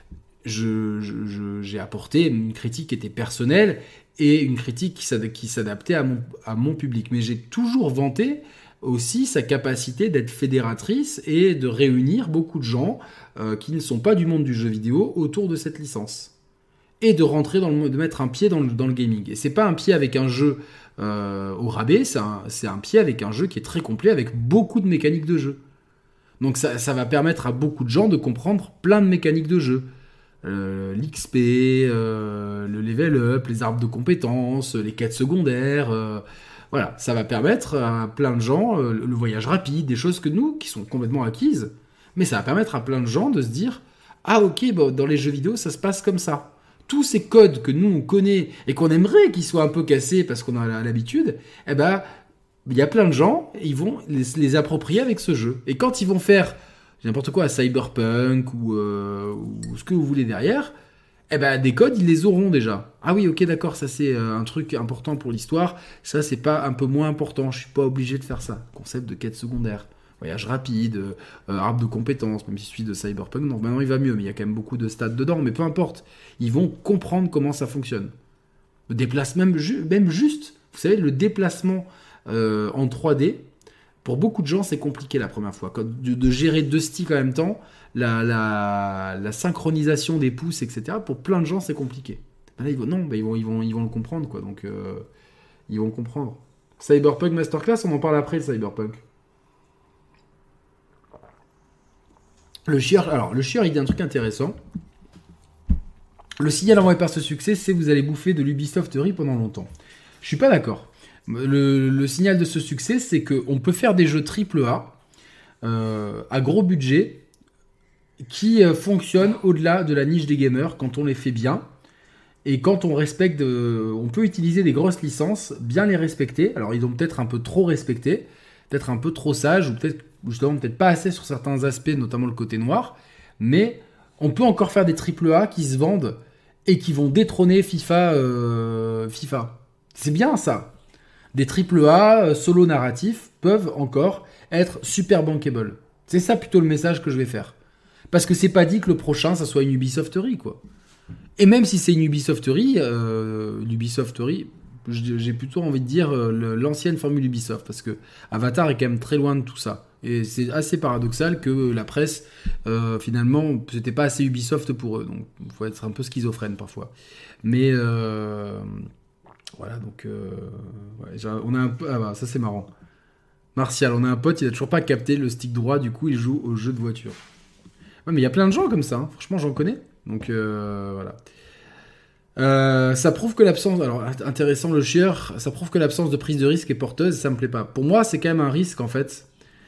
j'ai apporté une critique qui était personnelle et une critique qui s'adaptait à mon public. Mais j'ai toujours vanté aussi sa capacité d'être fédératrice et de réunir beaucoup de gens qui ne sont pas du monde du jeu vidéo autour de cette licence. Et de mettre un pied dans le gaming. Et c'est pas un pied avec un jeu au rabais, c'est un pied avec un jeu qui est très complet, avec beaucoup de mécaniques de jeu. Donc ça va permettre à beaucoup de gens de comprendre plein de mécaniques de jeu. L'XP, le level up, les arbres de compétences, les quêtes secondaires. Voilà, ça va permettre à plein de gens le voyage rapide, des choses que nous, qui sont complètement acquises, Mais ça va permettre à plein de gens de se dire, ah ok, bah, dans les jeux vidéo, ça se passe comme ça. Tous ces codes que nous, on connaît et qu'on aimerait qu'ils soient un peu cassés parce qu'on a l'habitude, eh ben, il y a plein de gens, ils vont les approprier avec ce jeu. Et quand ils vont faire n'importe quoi, Cyberpunk ou ce que vous voulez derrière, eh ben, des codes, ils les auront déjà. Ah oui, ok, d'accord, ça c'est un truc important pour l'histoire. Ça, c'est pas un peu moins important. Je suis pas obligé de faire ça. Concept de quête secondaire. Voyage rapide, arbre de compétences, même si celui de Cyberpunk, non, maintenant il va mieux, mais il y a quand même beaucoup de stats dedans, mais peu importe. Ils vont comprendre comment ça fonctionne. Le déplacement, même juste, vous savez, le déplacement en 3D, pour beaucoup de gens, c'est compliqué la première fois. De gérer deux sticks en même temps, la synchronisation des pouces, etc. Pour plein de gens, c'est compliqué. Ben là, ils vont le comprendre, quoi. Donc, ils vont comprendre. Cyberpunk Masterclass, on en parle après, le Cyberpunk. Le chieur, il dit un truc intéressant. Le signal envoyé par ce succès, c'est que vous allez bouffer de l'Ubisofterie pendant longtemps. Je suis pas d'accord. Le signal de ce succès, c'est qu'on peut faire des jeux AAA à gros budget qui fonctionnent au-delà de la niche des gamers quand on les fait bien. Et quand on respecte, on peut utiliser des grosses licences, bien les respecter. Alors ils ont peut-être un peu trop respecté, peut-être un peu trop sage, ou peut-être justement peut-être pas assez sur certains aspects, notamment le côté noir. Mais on peut encore faire des AAA qui se vendent et qui vont détrôner FIFA. C'est bien ça. Des AAA solo narratifs peuvent encore être super bankable. C'est ça plutôt le message que je vais faire. Parce que c'est pas dit que le prochain, ça soit une Ubisofterie, quoi. Et même si c'est une Ubisofterie, j'ai plutôt envie de dire l'ancienne formule Ubisoft, parce que Avatar est quand même très loin de tout ça. Et c'est assez paradoxal que la presse, finalement, c'était pas assez Ubisoft pour eux. Donc, il faut être un peu schizophrène parfois. Mais voilà, donc on a un peu. Ah bah, ça c'est marrant. Martial, on a un pote, il a toujours pas capté le stick droit, du coup il joue au jeu de voiture. Ouais, mais il y a plein de gens comme ça, hein. Franchement j'en connais. Donc voilà. Ça prouve que l'absence, alors intéressant le chieur, ça prouve que l'absence de prise de risque est porteuse, ça me plaît pas. Pour moi c'est quand même un risque en fait.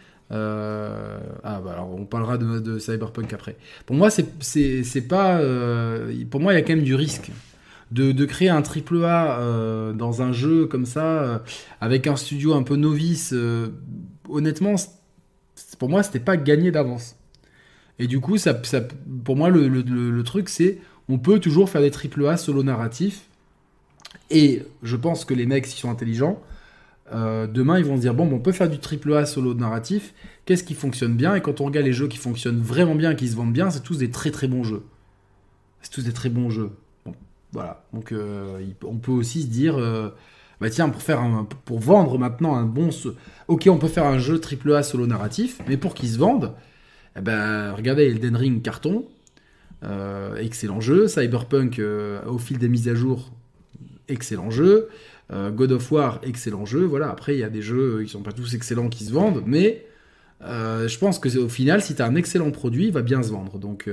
Alors on parlera de Cyberpunk après. Pour moi c'est pas, pour moi il y a quand même du risque. De créer un triple A dans un jeu comme ça, avec un studio un peu novice, honnêtement, pour moi, c'était pas gagné d'avance. Et du coup, pour moi, le truc, c'est on peut toujours faire des triple A solo narratifs. Et je pense que les mecs, s'ils sont intelligents, demain, ils vont se dire, bon, on peut faire du triple A solo narratif, qu'est-ce qui fonctionne bien? Et quand on regarde les jeux qui fonctionnent vraiment bien, qui se vendent bien, c'est tous des très très bons jeux. C'est tous des très bons jeux. Voilà, donc on peut aussi se dire, bah tiens, pour vendre maintenant un bon... Ok, on peut faire un jeu AAA solo narratif, mais pour qu'il se vende, eh ben, regardez Elden Ring carton, excellent jeu, Cyberpunk au fil des mises à jour, excellent jeu, God of War, excellent jeu, voilà, après il y a des jeux qui sont pas tous excellents qui se vendent, mais je pense qu'au final, si tu as un excellent produit, il va bien se vendre, donc...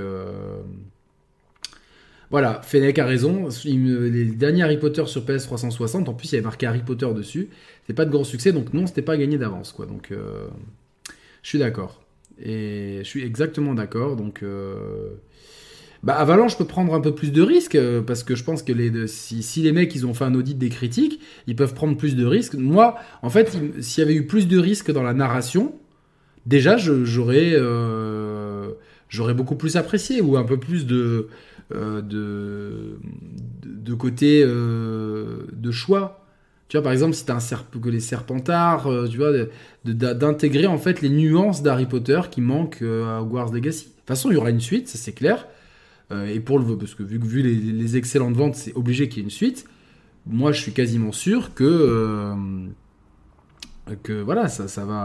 Voilà, Fennec a raison. Les derniers Harry Potter sur PS360, en plus il y avait marqué Harry Potter dessus. C'est pas de grand succès, donc non, c'était pas gagné d'avance, quoi. Donc, je suis d'accord. Et je suis exactement d'accord. Donc, Avalanche peut prendre un peu plus de risques parce que je pense que si les mecs ils ont fait un audit des critiques, ils peuvent prendre plus de risques. Moi, en fait, s'il y avait eu plus de risques dans la narration, déjà j'aurais beaucoup plus apprécié ou un peu plus de côté de choix. Tu vois, par exemple, si t'as que les Serpentards, tu vois, d'intégrer en fait les nuances d'Harry Potter qui manquent à Hogwarts Legacy. De toute façon, il y aura une suite, ça c'est clair. Et parce que vu les excellentes ventes, c'est obligé qu'il y ait une suite. Moi, je suis quasiment sûr que voilà,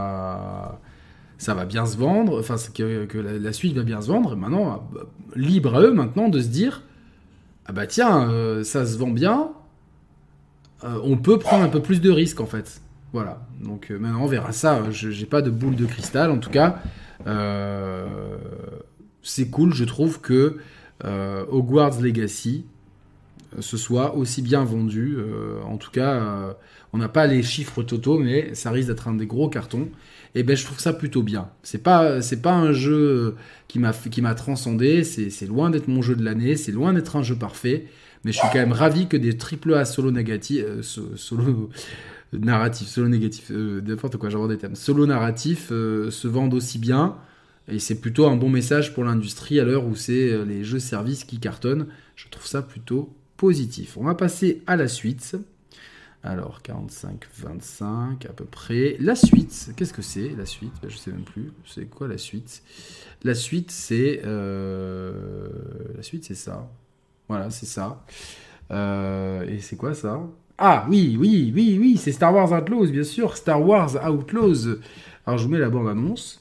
ça va bien se vendre, enfin que la suite va bien se vendre. Maintenant, libre à eux maintenant de se dire, ah bah tiens, ça se vend bien, on peut prendre un peu plus de risques en fait. Voilà, donc maintenant on verra ça. J'ai pas de boule de cristal, en tout cas, c'est cool. Je trouve que Hogwarts Legacy ce soit aussi bien vendu. En tout cas, on n'a pas les chiffres totaux, mais ça risque d'être un des gros cartons. Et ben je trouve ça plutôt bien. C'est pas un jeu qui m'a transcendé. C'est loin d'être mon jeu de l'année. C'est loin d'être un jeu parfait. Mais je suis quand même ravi que des AAA solo négatifs, solo narratif, solo négatif, n'importe quoi, j'invente des thèmes. Solo narratif se vendent aussi bien. Et c'est plutôt un bon message pour l'industrie à l'heure où c'est les jeux services qui cartonnent. Je trouve ça plutôt positif. On va passer à la suite. Alors, 45-25 à peu près. La suite, qu'est-ce que c'est la suite? Je sais même plus. C'est quoi la suite? La suite, c'est ça. Voilà, c'est ça. Et c'est quoi ça? Ah, oui, c'est Star Wars Outlaws, bien sûr. Star Wars Outlaws. Alors, je vous mets la bande-annonce.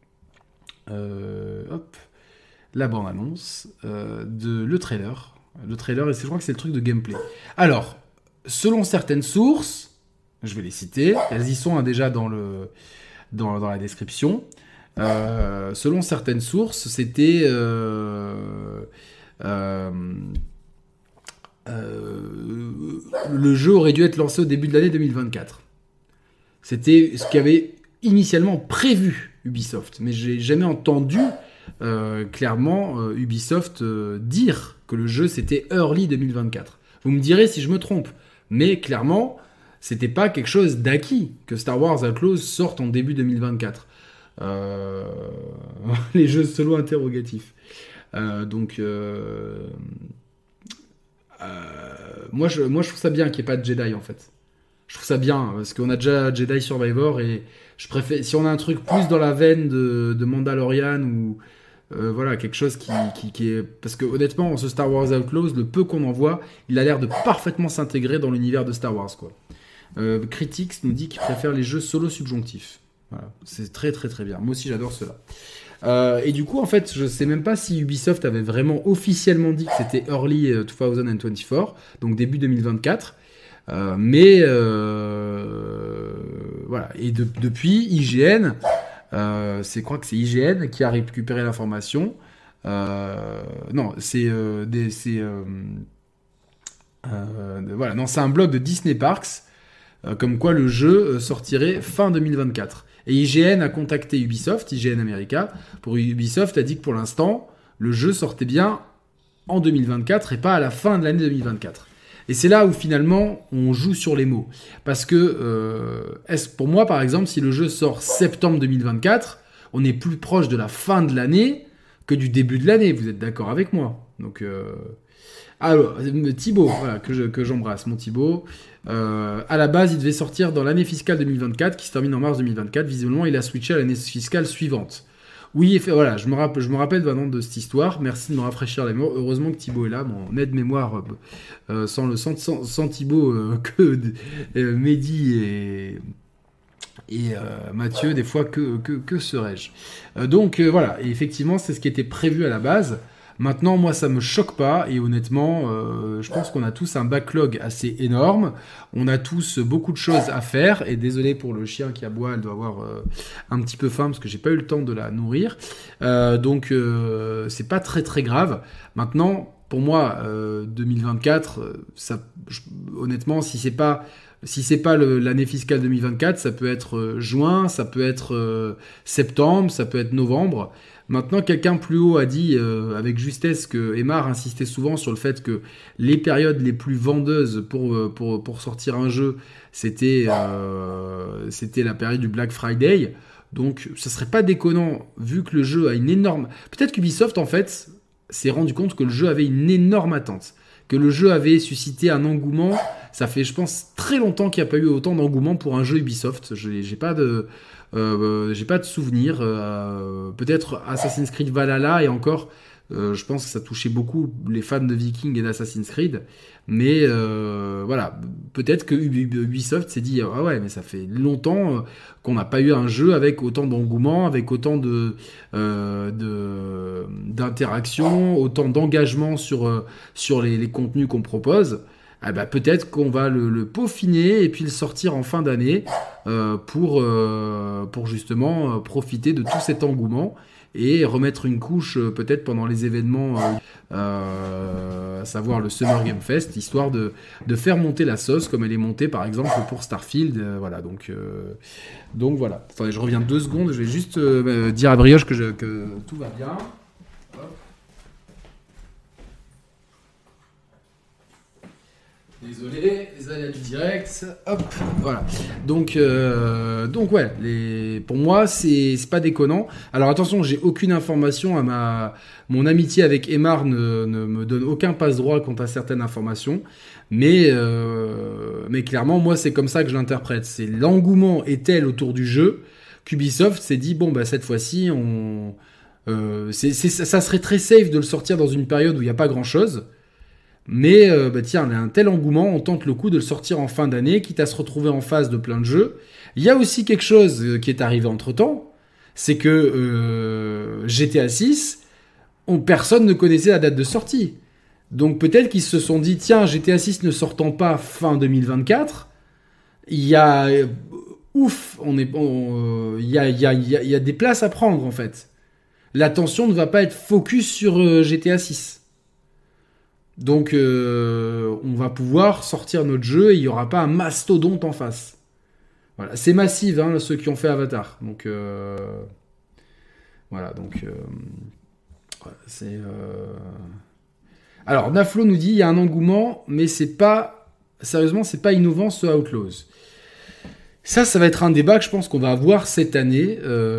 Hop. La bande-annonce de le trailer. Le trailer, et je crois que c'est le truc de gameplay. Alors, selon certaines sources, je vais les citer, elles y sont déjà dans la description. Selon certaines sources, c'était le jeu aurait dû être lancé au début de l'année 2024. C'était ce qu'avait initialement prévu Ubisoft, mais j'ai jamais entendu clairement Ubisoft dire que le jeu c'était early 2024. Vous me direz si je me trompe, mais clairement c'était pas quelque chose d'acquis que Star Wars Outlaws sorte en début 2024. Les jeux solo interrogatifs. Moi je trouve ça bien qu'il n'y ait pas de Jedi en fait. Je trouve ça bien parce qu'on a déjà Jedi Survivor et je préfère si on a un truc plus dans la veine de Mandalorian ou voilà quelque chose qui est parce que honnêtement ce Star Wars Outlaws le peu qu'on en voit il a l'air de parfaitement s'intégrer dans l'univers de Star Wars quoi. Critics nous dit qu'il préfère les jeux solo subjonctifs. Voilà, c'est très très très bien. Moi aussi j'adore cela. Et du coup en fait je sais même pas si Ubisoft avait vraiment officiellement dit que c'était early 2024 donc début 2024. Mais voilà. Et depuis IGN, je crois que c'est IGN qui a récupéré l'information. Non, voilà, non, c'est un blog de Disney Parks, comme quoi le jeu sortirait fin 2024. Et IGN a contacté Ubisoft, IGN America, pour Ubisoft a dit que pour l'instant, le jeu sortait bien en 2024 et pas à la fin de l'année 2024. Et c'est là où finalement on joue sur les mots. Parce que pour moi par exemple, si le jeu sort septembre 2024, on est plus proche de la fin de l'année que du début de l'année. Vous êtes d'accord avec moi? Donc, alors, Thibaut, voilà, que j'embrasse, mon Thibaut. À la base, il devait sortir dans l'année fiscale 2024, qui se termine en mars 2024. Visiblement, il a switché à l'année fiscale suivante. Oui, voilà, je me rappelle maintenant de cette histoire. Merci de me rafraîchir la mémoire. Heureusement que Thibaut est là, mon aide-mémoire. Sans Thibaut, que Mehdi et Mathieu, des fois, que serais-je donc voilà, et effectivement, c'est ce qui était prévu à la base. Maintenant, moi, ça me choque pas, et honnêtement, je pense qu'on a tous un backlog assez énorme. On a tous beaucoup de choses à faire, et désolé pour le chien qui aboie, elle doit avoir un petit peu faim, parce que j'ai pas eu le temps de la nourrir. Donc, c'est pas très très grave. Maintenant, pour moi, 2024, honnêtement, si c'est pas l'année fiscale 2024, ça peut être juin, ça peut être septembre, ça peut être novembre. Maintenant, quelqu'un plus haut a dit avec justesse que Aymar insistait souvent sur le fait que les périodes les plus vendeuses pour sortir un jeu, c'était la période du Black Friday. Donc, ça serait pas déconnant vu que le jeu a une énorme... Peut-être qu'Ubisoft, en fait, s'est rendu compte que le jeu avait une énorme attente, que le jeu avait suscité un engouement. Ça fait, je pense, très longtemps qu'il n'y a pas eu autant d'engouement pour un jeu Ubisoft. J'ai pas de souvenir. Peut-être Assassin's Creed Valhalla et encore, je pense que ça touchait beaucoup les fans de Vikings et d'Assassin's Creed. Mais voilà, peut-être que Ubisoft s'est dit ah ouais, mais ça fait longtemps qu'on n'a pas eu un jeu avec autant d'engouement, avec autant d'interaction, autant d'engagement sur les contenus qu'on propose. Ah bah, peut-être qu'on va le peaufiner et puis le sortir en fin d'année pour justement profiter de tout cet engouement. et remettre une couche peut-être pendant les événements, à savoir le Summer Game Fest, histoire de faire monter la sauce comme elle est montée par exemple pour Starfield. Voilà, donc voilà. Attendez, je reviens 2 secondes, je vais juste dire à Brioche que tout va bien. Hop. Désolé, les aléas du direct. Hop, voilà. Donc ouais, pour moi, c'est pas déconnant. Alors attention, j'ai aucune information mon amitié avec Aymar ne me donne aucun passe-droit quant à certaines informations. Mais clairement, moi, c'est comme ça que je l'interprète. C'est l'engouement est tel autour du jeu qu'Ubisoft s'est dit, bon, bah, cette fois-ci, ça serait très safe de le sortir dans une période où il n'y a pas grand-chose. Mais tiens, il y a un tel engouement, on tente le coup de le sortir en fin d'année, quitte à se retrouver en phase de plein de jeux. Il y a aussi quelque chose qui est arrivé entre-temps, c'est que GTA 6, personne ne connaissait la date de sortie. Donc peut-être qu'ils se sont dit, tiens, GTA 6 ne sortant pas fin 2024, il y a... il y a des places à prendre en fait. L'attention ne va pas être focus sur GTA 6. Donc, on va pouvoir sortir notre jeu et il n'y aura pas un mastodonte en face. Voilà, c'est massif, hein, ceux qui ont fait Avatar. Donc, voilà, donc, c'est. Alors, Naflo nous dit il y a un engouement, mais c'est pas. Sérieusement, c'est pas innovant ce Outlaws. Ça va être un débat que je pense qu'on va avoir cette année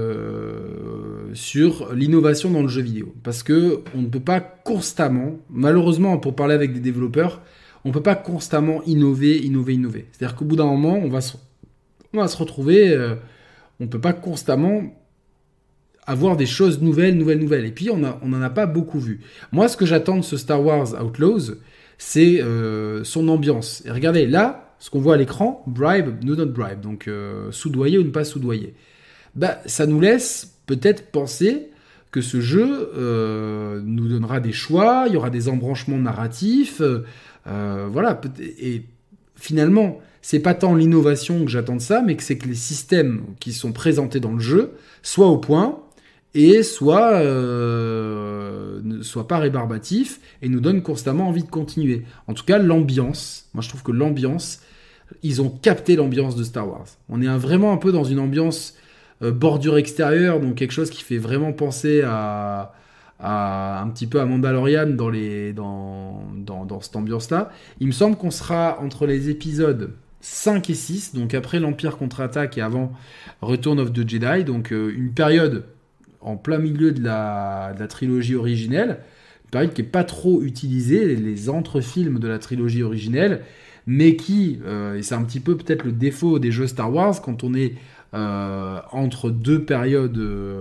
sur l'innovation dans le jeu vidéo. Parce que on ne peut pas constamment, malheureusement pour parler avec des développeurs, on ne peut pas constamment innover. C'est-à-dire qu'au bout d'un moment, on va se retrouver, on ne peut pas constamment avoir des choses nouvelles. Et puis, on n'en a pas beaucoup vu. Moi, ce que j'attends de ce Star Wars Outlaws, c'est son ambiance. Et regardez, là, ce qu'on voit à l'écran, bribe, no not bribe, donc soudoyer ou ne pas soudoyer. Bah, ça nous laisse peut-être penser que ce jeu nous donnera des choix, il y aura des embranchements narratifs, voilà. Et finalement, c'est pas tant l'innovation que j'attends de ça, mais que c'est que les systèmes qui sont présentés dans le jeu soient au point et soient ne soient pas rébarbatifs et nous donnent constamment envie de continuer. En tout cas, l'ambiance, moi je trouve que l'ambiance, ils ont capté l'ambiance de Star Wars. On est vraiment un peu dans une ambiance bordure extérieure, donc quelque chose qui fait vraiment penser à un petit peu à Mandalorian dans cette ambiance-là. Il me semble qu'on sera entre les épisodes 5 et 6, donc après l'Empire contre-attaque et avant Return of the Jedi, donc une période en plein milieu de la trilogie originelle, une période qui n'est pas trop utilisée, les entre-films de la trilogie originelle, mais qui, et c'est un petit peu peut-être le défaut des jeux Star Wars, quand on est entre deux périodes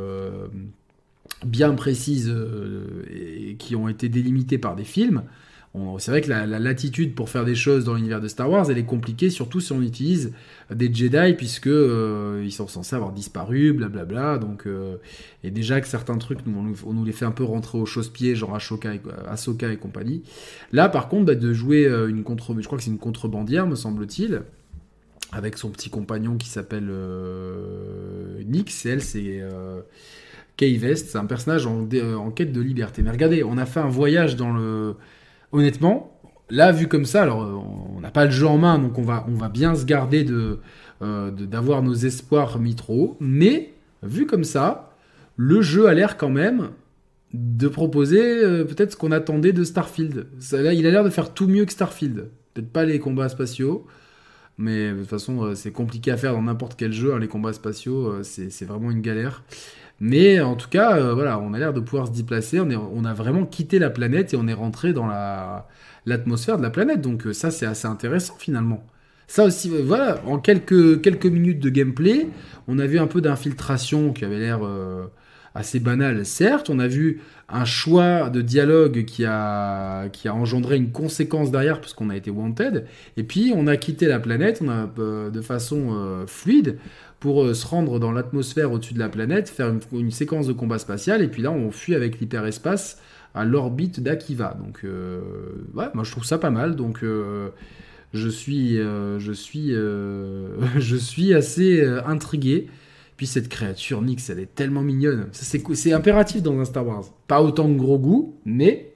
bien précises et qui ont été délimitées par des films, c'est vrai que la latitude pour faire des choses dans l'univers de Star Wars, elle est compliquée, surtout si on utilise des Jedi, puisque ils sont censés avoir disparu, blablabla. Donc, et déjà que certains trucs, on nous les fait un peu rentrer au chausse-pied, genre Ahsoka et compagnie. Là, par contre, de jouer je crois que c'est une contrebandière, me semble-t-il, avec son petit compagnon qui s'appelle Nix, et elle, c'est Kay Vest. C'est un personnage en quête de liberté. Mais regardez, on a fait un voyage dans le... Honnêtement, là, vu comme ça, alors on n'a pas le jeu en main, donc on va bien se garder d'avoir nos espoirs mis trop haut. Mais, vu comme ça, le jeu a l'air quand même de proposer peut-être ce qu'on attendait de Starfield. Il a l'air de faire tout mieux que Starfield. Peut-être pas les combats spatiaux, mais de toute façon, c'est compliqué à faire dans n'importe quel jeu. Hein, les combats spatiaux, c'est vraiment une galère. Mais en tout cas, voilà, on a l'air de pouvoir se déplacer. On a vraiment quitté la planète et on est rentré dans l'atmosphère de la planète. Donc ça, c'est assez intéressant finalement. Ça aussi, voilà, en quelques minutes de gameplay, on a vu un peu d'infiltration qui avait l'air assez banal, certes. On a vu un choix de dialogue qui a engendré une conséquence derrière parce qu'on a été wanted. Et puis, on a quitté la planète de façon fluide pour se rendre dans l'atmosphère au-dessus de la planète, faire une séquence de combat spatial, et puis là, on fuit avec l'hyperespace à l'orbite d'Akiva. Donc, ouais, moi, je trouve ça pas mal. Donc, je suis assez intrigué. Puis cette créature Nyx, elle est tellement mignonne. C'est impératif dans un Star Wars. Pas autant que Grogu, mais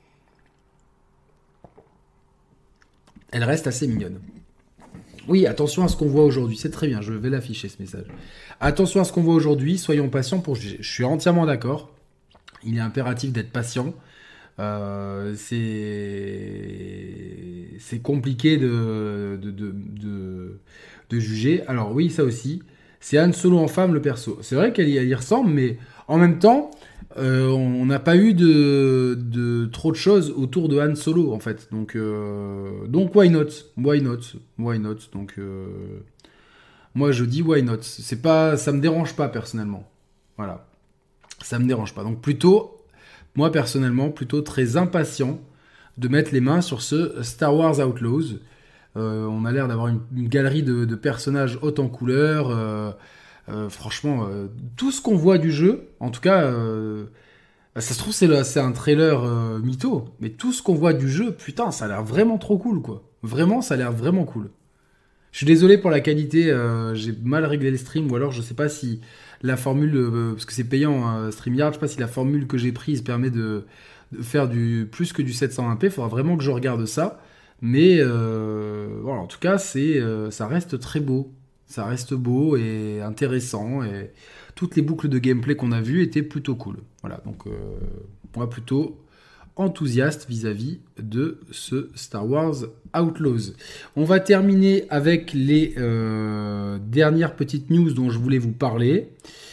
elle reste assez mignonne. Oui, attention à ce qu'on voit aujourd'hui. C'est très bien, je vais l'afficher ce message. Attention à ce qu'on voit aujourd'hui, soyons patients pour juger. Je suis entièrement d'accord. Il est impératif d'être patient. C'est compliqué de juger. Alors oui, ça aussi. C'est Han Solo en femme, le perso. C'est vrai qu'elle y ressemble, mais en même temps, on n'a pas eu de trop de choses autour de Han Solo, en fait. Donc why not? Why not? Why not? Donc, moi, je dis why not. C'est pas, ça me dérange pas, personnellement. Voilà. Ça me dérange pas. Donc plutôt, moi personnellement, plutôt très impatient de mettre les mains sur ce Star Wars Outlaws. On a l'air d'avoir une galerie de personnages haute en couleur. Franchement, tout ce qu'on voit du jeu, en tout cas, ça se trouve c'est un trailer mytho, mais tout ce qu'on voit du jeu, putain, ça a l'air vraiment trop cool, quoi. Vraiment, ça a l'air vraiment cool. Je suis désolé pour la qualité, j'ai mal réglé le stream, ou alors je sais pas si la formule, parce que c'est payant, StreamYard, je sais pas si la formule que j'ai prise permet de faire du plus que du 720p, il faudra vraiment que je regarde ça, mais voilà, en tout cas, ça reste très beau, ça reste beau et intéressant, et toutes les boucles de gameplay qu'on a vues étaient plutôt cool. Voilà, donc moi plutôt enthousiaste vis-à-vis de ce Star Wars Outlaws. On va terminer avec les dernières petites news dont je voulais vous parler.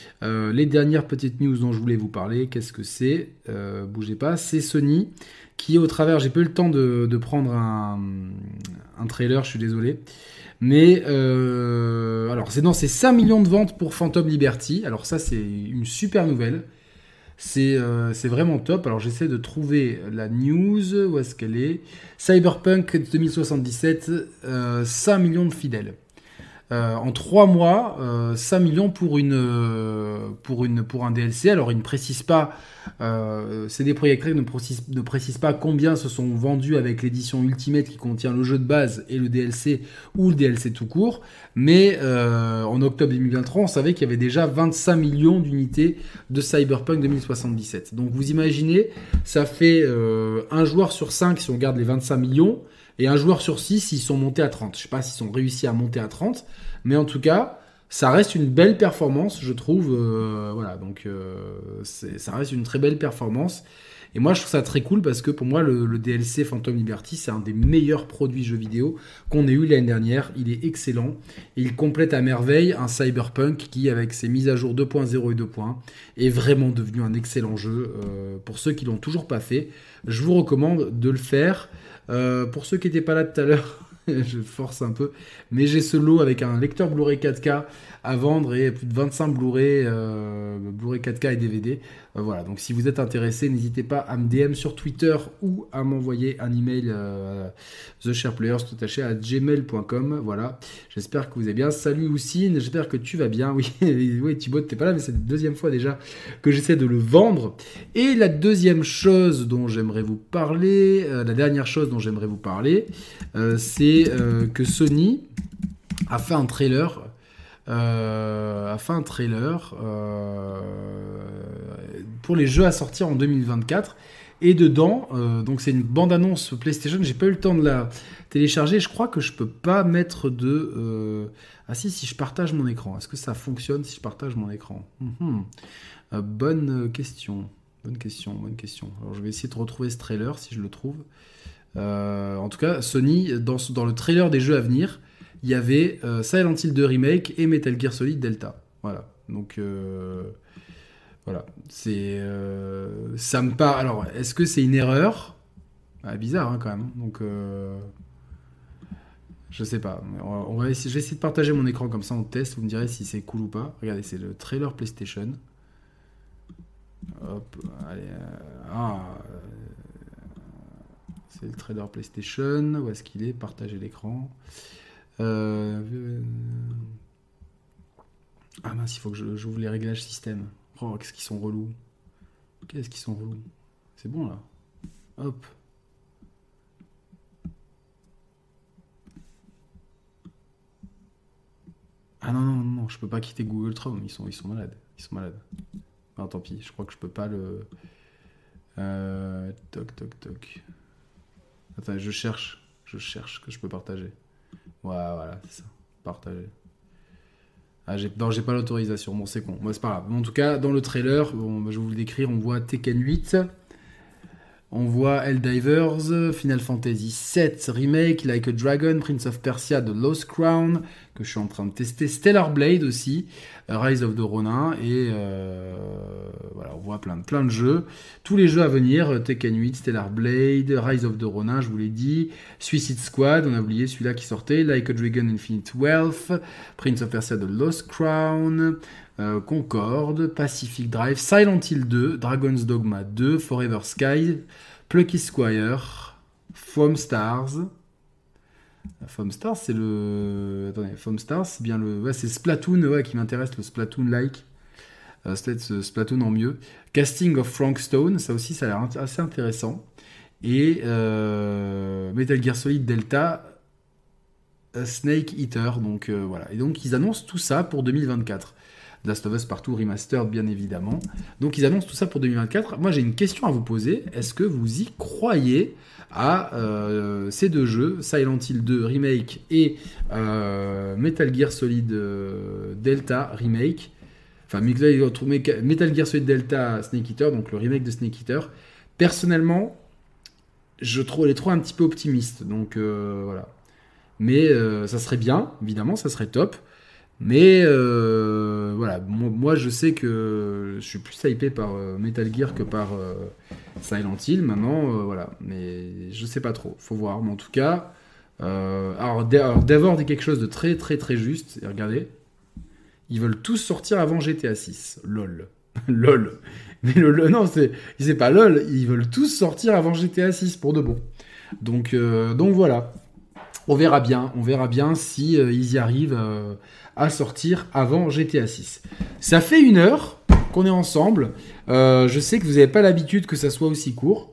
Qu'est-ce que c'est? Bougez pas, c'est Sony qui, au travers, j'ai pas eu le temps de prendre un trailer, je suis désolé. Mais alors, c'est 5 millions de ventes pour Phantom Liberty. Alors ça, c'est une super nouvelle. C'est vraiment top. Alors j'essaie de trouver la news. Où est-ce qu'elle est? Cyberpunk 2077, 5 millions de fidèles. En 3 mois, 5 millions pour un DLC. Alors ils ne précisent pas, CD Projekt Red ne précise pas combien se sont vendus avec l'édition Ultimate qui contient le jeu de base et le DLC ou le DLC tout court. Mais en octobre 2023, on savait qu'il y avait déjà 25 millions d'unités de Cyberpunk 2077. Donc vous imaginez, ça fait un joueur sur 5 si on garde les 25 millions. Et un joueur sur 6, ils sont montés à 30. Je ne sais pas s'ils ont réussi à monter à 30. Mais en tout cas, ça reste une belle performance, je trouve. Voilà, donc ça reste une très belle performance. Et moi, je trouve ça très cool parce que pour moi, le DLC Phantom Liberty, c'est un des meilleurs produits jeux vidéo qu'on ait eu l'année dernière. Il est excellent. Et il complète à merveille un Cyberpunk qui, avec ses mises à jour 2.0 et 2.1, est vraiment devenu un excellent jeu. Pour ceux qui ne l'ont toujours pas fait, je vous recommande de le faire. Pour ceux qui n'étaient pas là tout à l'heure, je force un peu, mais j'ai ce lot avec un lecteur Blu-ray 4K à vendre et plus de 25 Blu-ray 4K et DVD. Voilà, donc si vous êtes intéressé, n'hésitez pas à me DM sur Twitter ou à m'envoyer un email theshareplayers@gmail.com. Voilà, j'espère que vous allez bien. Salut Houssine, j'espère que tu vas bien. Oui, oui Thibaut, t'es pas là, mais c'est la deuxième fois déjà que j'essaie de le vendre. Et la deuxième chose dont j'aimerais vous parler, la dernière chose dont j'aimerais vous parler, c'est que Sony a fait un trailer. Pour les jeux à sortir en 2024 et dedans donc c'est une bande-annonce PlayStation. J'ai pas eu le temps de la télécharger. Je crois que je peux pas mettre de ah si je partage mon écran, est-ce que ça fonctionne si je partage mon écran? Bonne question. Alors je vais essayer de retrouver ce trailer si je le trouve. En tout cas, Sony, dans le trailer des jeux à venir, il y avait Silent Hill 2 Remake et Metal Gear Solid Delta. Voilà. Donc, voilà. Ça me part. Alors, est-ce que c'est une erreur? Bizarre, hein, quand même. Donc, je sais pas. Je vais essayer de partager mon écran comme ça, on teste. Vous me direz si c'est cool ou pas. Regardez, c'est le trailer PlayStation. Hop, allez. C'est le trailer PlayStation. Où est-ce qu'il est? Partager l'écran. Ah mince, il faut que j'ouvre les réglages système. Oh, qu'est-ce qu'ils sont relous. C'est bon là. Hop. Ah non, non, je peux pas quitter Google Chrome, ils sont malades. Ils sont malades. Non, tant pis, je crois que je peux pas le... Toc. Attends, je cherche que je peux partager. Ouais, voilà, c'est ça, partager. Ah, j'ai pas l'autorisation, bon c'est con, moi c'est pas grave. En tout cas, dans le trailer, bon, je vais vous le décrire, on voit Tekken 8, on voit Helldivers, Final Fantasy VII Remake, Like a Dragon, Prince of Persia, The Lost Crown, que je suis en train de tester, Stellar Blade aussi, Rise of the Ronin, et voilà, on voit plein de jeux. Tous les jeux à venir, Tekken 8, Stellar Blade, Rise of the Ronin, je vous l'ai dit, Suicide Squad, on a oublié celui-là qui sortait, Like a Dragon Infinite Wealth, Prince of Persia, The Lost Crown, Concorde, Pacific Drive, Silent Hill 2, Dragon's Dogma 2, Forever Sky, Plucky Squire, Foam Stars. Foam Stars, c'est le... Attendez, Foam Stars, c'est bien le... Ouais, c'est Splatoon, ouais, qui m'intéresse, le Splatoon-like. C'est peut-être Splatoon en mieux. Casting of Frank Stone, ça aussi, ça a l'air assez intéressant. Et Metal Gear Solid Delta, Snake Eater, donc voilà. Et donc, ils annoncent tout ça pour 2024. Last of Us Partout Remastered, bien évidemment. Donc, ils annoncent tout ça pour 2024. Moi, j'ai une question à vous poser. Est-ce que vous y croyez à ces deux jeux, Silent Hill 2 Remake et Metal Gear Solid Delta Remake, enfin Metal Gear Solid Delta Snake Eater, donc le remake de Snake Eater. Personnellement, je trouve les trois un petit peu optimistes, donc voilà. Mais ça serait bien, évidemment, ça serait top. Mais voilà, moi je sais que je suis plus hypé par Metal Gear que par Silent Hill maintenant, voilà, mais je sais pas trop, faut voir. Mais en tout cas, alors Davor dit quelque chose de très très très juste, et regardez, ils veulent tous sortir avant GTA 6, lol, lol. Mais non, c'est pas lol, ils veulent tous sortir avant GTA 6 pour de bon. Donc voilà. On verra bien si ils y arrivent à sortir avant GTA 6. Ça fait 1 heure qu'on est ensemble. Je sais que vous n'avez pas l'habitude que ça soit aussi court.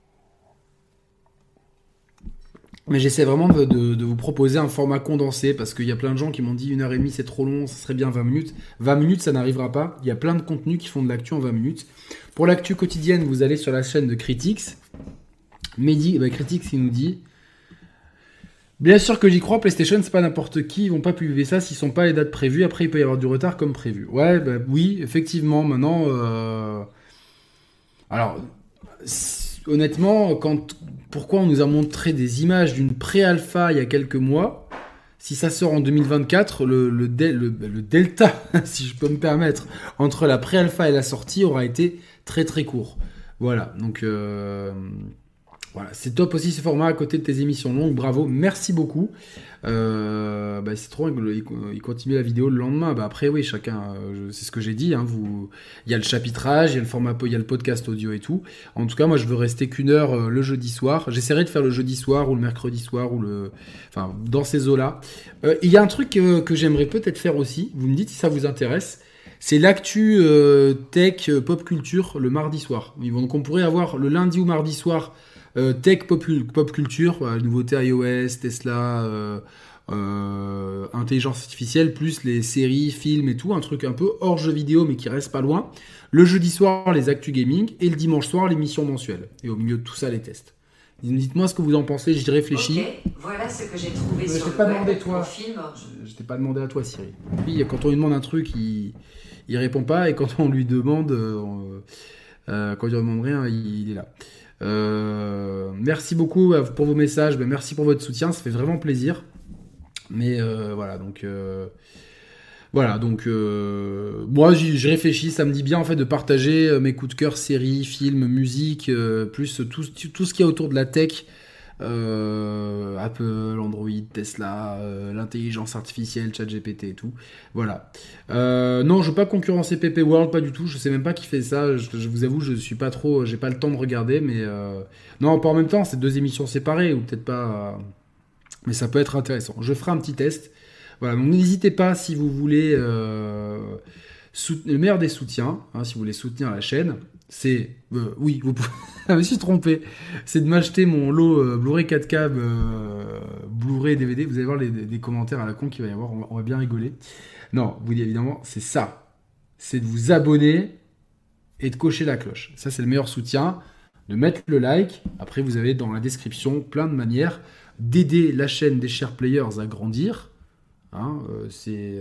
Mais j'essaie vraiment de vous proposer un format condensé parce qu'il y a plein de gens qui m'ont dit 1h30 c'est trop long, ça serait bien 20 minutes. 20 minutes ça n'arrivera pas. Il y a plein de contenus qui font de l'actu en 20 minutes. Pour l'actu quotidienne, vous allez sur la chaîne de Critics. Critics il nous dit... Bien sûr que j'y crois, PlayStation, c'est pas n'importe qui, ils vont pas publier ça s'ils sont pas les dates prévues, après il peut y avoir du retard comme prévu. Ouais, bah, oui, effectivement, maintenant... Alors, honnêtement, pourquoi on nous a montré des images d'une pré-alpha il y a quelques mois, si ça sort en 2024, le delta, si je peux me permettre, entre la pré-alpha et la sortie aura été très très court. Voilà, donc... Voilà, c'est top aussi ce format à côté de tes émissions longues, bravo, merci beaucoup. C'est trop rigolo, il continue la vidéo le lendemain. Après oui, chacun, c'est ce que j'ai dit, hein, il y a le chapitrage, il y a le format, il y a le podcast audio et tout. En tout cas, moi je veux rester qu'1 heure le jeudi soir. J'essaierai de faire le jeudi soir ou le mercredi soir ou enfin dans ces eaux-là. Il y a un truc que j'aimerais peut-être faire aussi. Vous me dites si ça vous intéresse. C'est l'actu tech pop culture le mardi soir. Donc on pourrait avoir le lundi ou mardi soir. Tech pop culture, nouveautés iOS, Tesla, intelligence artificielle, plus les séries, films et tout, un truc un peu hors jeu vidéo mais qui reste pas loin. Le jeudi soir, les actus gaming et le dimanche soir, l'émission mensuelle. Et au milieu de tout ça, les tests. Dites-moi ce que vous en pensez, j'y réfléchis. Ok, voilà ce que j'ai trouvé sur le pas web demandé toi. Je t'ai pas demandé à toi, Cyril. Puis quand on lui demande un truc, il répond pas, et quand on lui demande, quand il demande rien, il est là. Merci beaucoup pour vos messages, merci pour votre soutien, ça fait vraiment plaisir. Mais voilà, donc moi j'y réfléchis, ça me dit bien en fait de partager mes coups de cœur, séries, films, musique, plus tout ce qu'il y a autour de la tech. Apple, Android, Tesla, l'intelligence artificielle, ChatGPT et tout. Voilà. Non, je veux pas concurrencer PP World, pas du tout. Je sais même pas qui fait ça. Je vous avoue, je suis pas trop, j'ai pas le temps de regarder, mais non, pas en même temps. C'est 2 émissions séparées ou peut-être pas. Mais ça peut être intéressant. Je ferai un petit test. Voilà. Donc n'hésitez pas si vous voulez le meilleur des soutiens, hein, si vous voulez soutenir la chaîne. C'est oui, vous pouvez Je me suis trompé. C'est de m'acheter mon lot Blu-ray 4K, Blu-ray DVD. Vous allez voir des commentaires à la con qu'il va y avoir. On va bien rigoler. Non, vous dites évidemment, c'est ça. C'est de vous abonner et de cocher la cloche. Ça, c'est le meilleur soutien. De mettre le like. Après, vous avez dans la description plein de manières d'aider la chaîne des chers players à grandir. Hein, c'est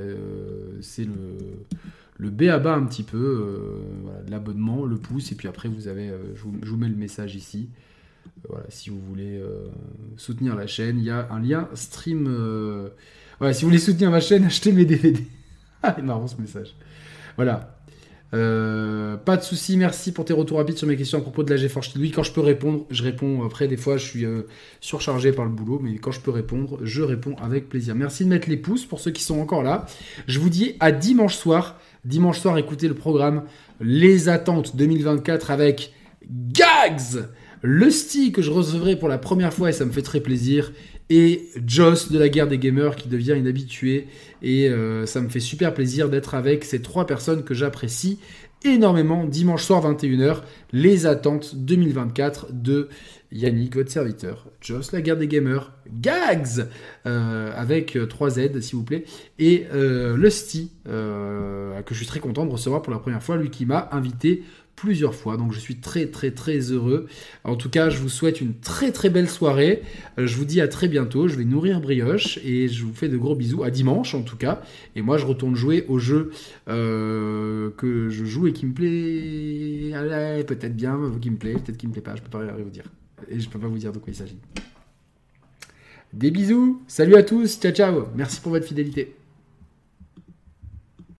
le b.a.-ba un petit peu, voilà, l'abonnement, le pouce, et puis après vous avez, je vous mets le message ici. Voilà, si vous voulez soutenir la chaîne, il y a un lien stream. Voilà, si vous voulez soutenir ma chaîne, achetez mes DVD. Ah, il est marrant ce message. Voilà. Pas de soucis, merci pour tes retours rapides sur mes questions à propos de la GeForce. Oui, quand je peux répondre, je réponds. Après, des fois, je suis surchargé par le boulot, mais quand je peux répondre, je réponds avec plaisir. Merci de mettre les pouces pour ceux qui sont encore là. Je vous dis à dimanche soir. Dimanche soir, écoutez le programme Les Attentes 2024 avec Gags, Lusty que je recevrai pour la première fois et ça me fait très plaisir, et Joss de la guerre des gamers qui devient une habituée, et ça me fait super plaisir d'être avec ces trois personnes que j'apprécie énormément. Dimanche soir 21h, Les Attentes 2024 de Yannick, votre serviteur, Joss, la guerre des gamers, Gags, avec 3 Z s'il vous plaît, et Lusty, que je suis très content de recevoir pour la première fois, lui qui m'a invité plusieurs fois, donc je suis très très très heureux. En tout cas, je vous souhaite une très très belle soirée, je vous dis à très bientôt, je vais nourrir Brioche, et je vous fais de gros bisous, à dimanche en tout cas, et moi je retourne jouer au jeu que je joue et qui me plaît, allez, peut-être bien, qui me plaît, peut-être qui me plaît pas, je peux pas vous dire, et je peux pas vous dire de quoi il s'agit. Des bisous, salut à tous, ciao ciao, merci pour votre fidélité.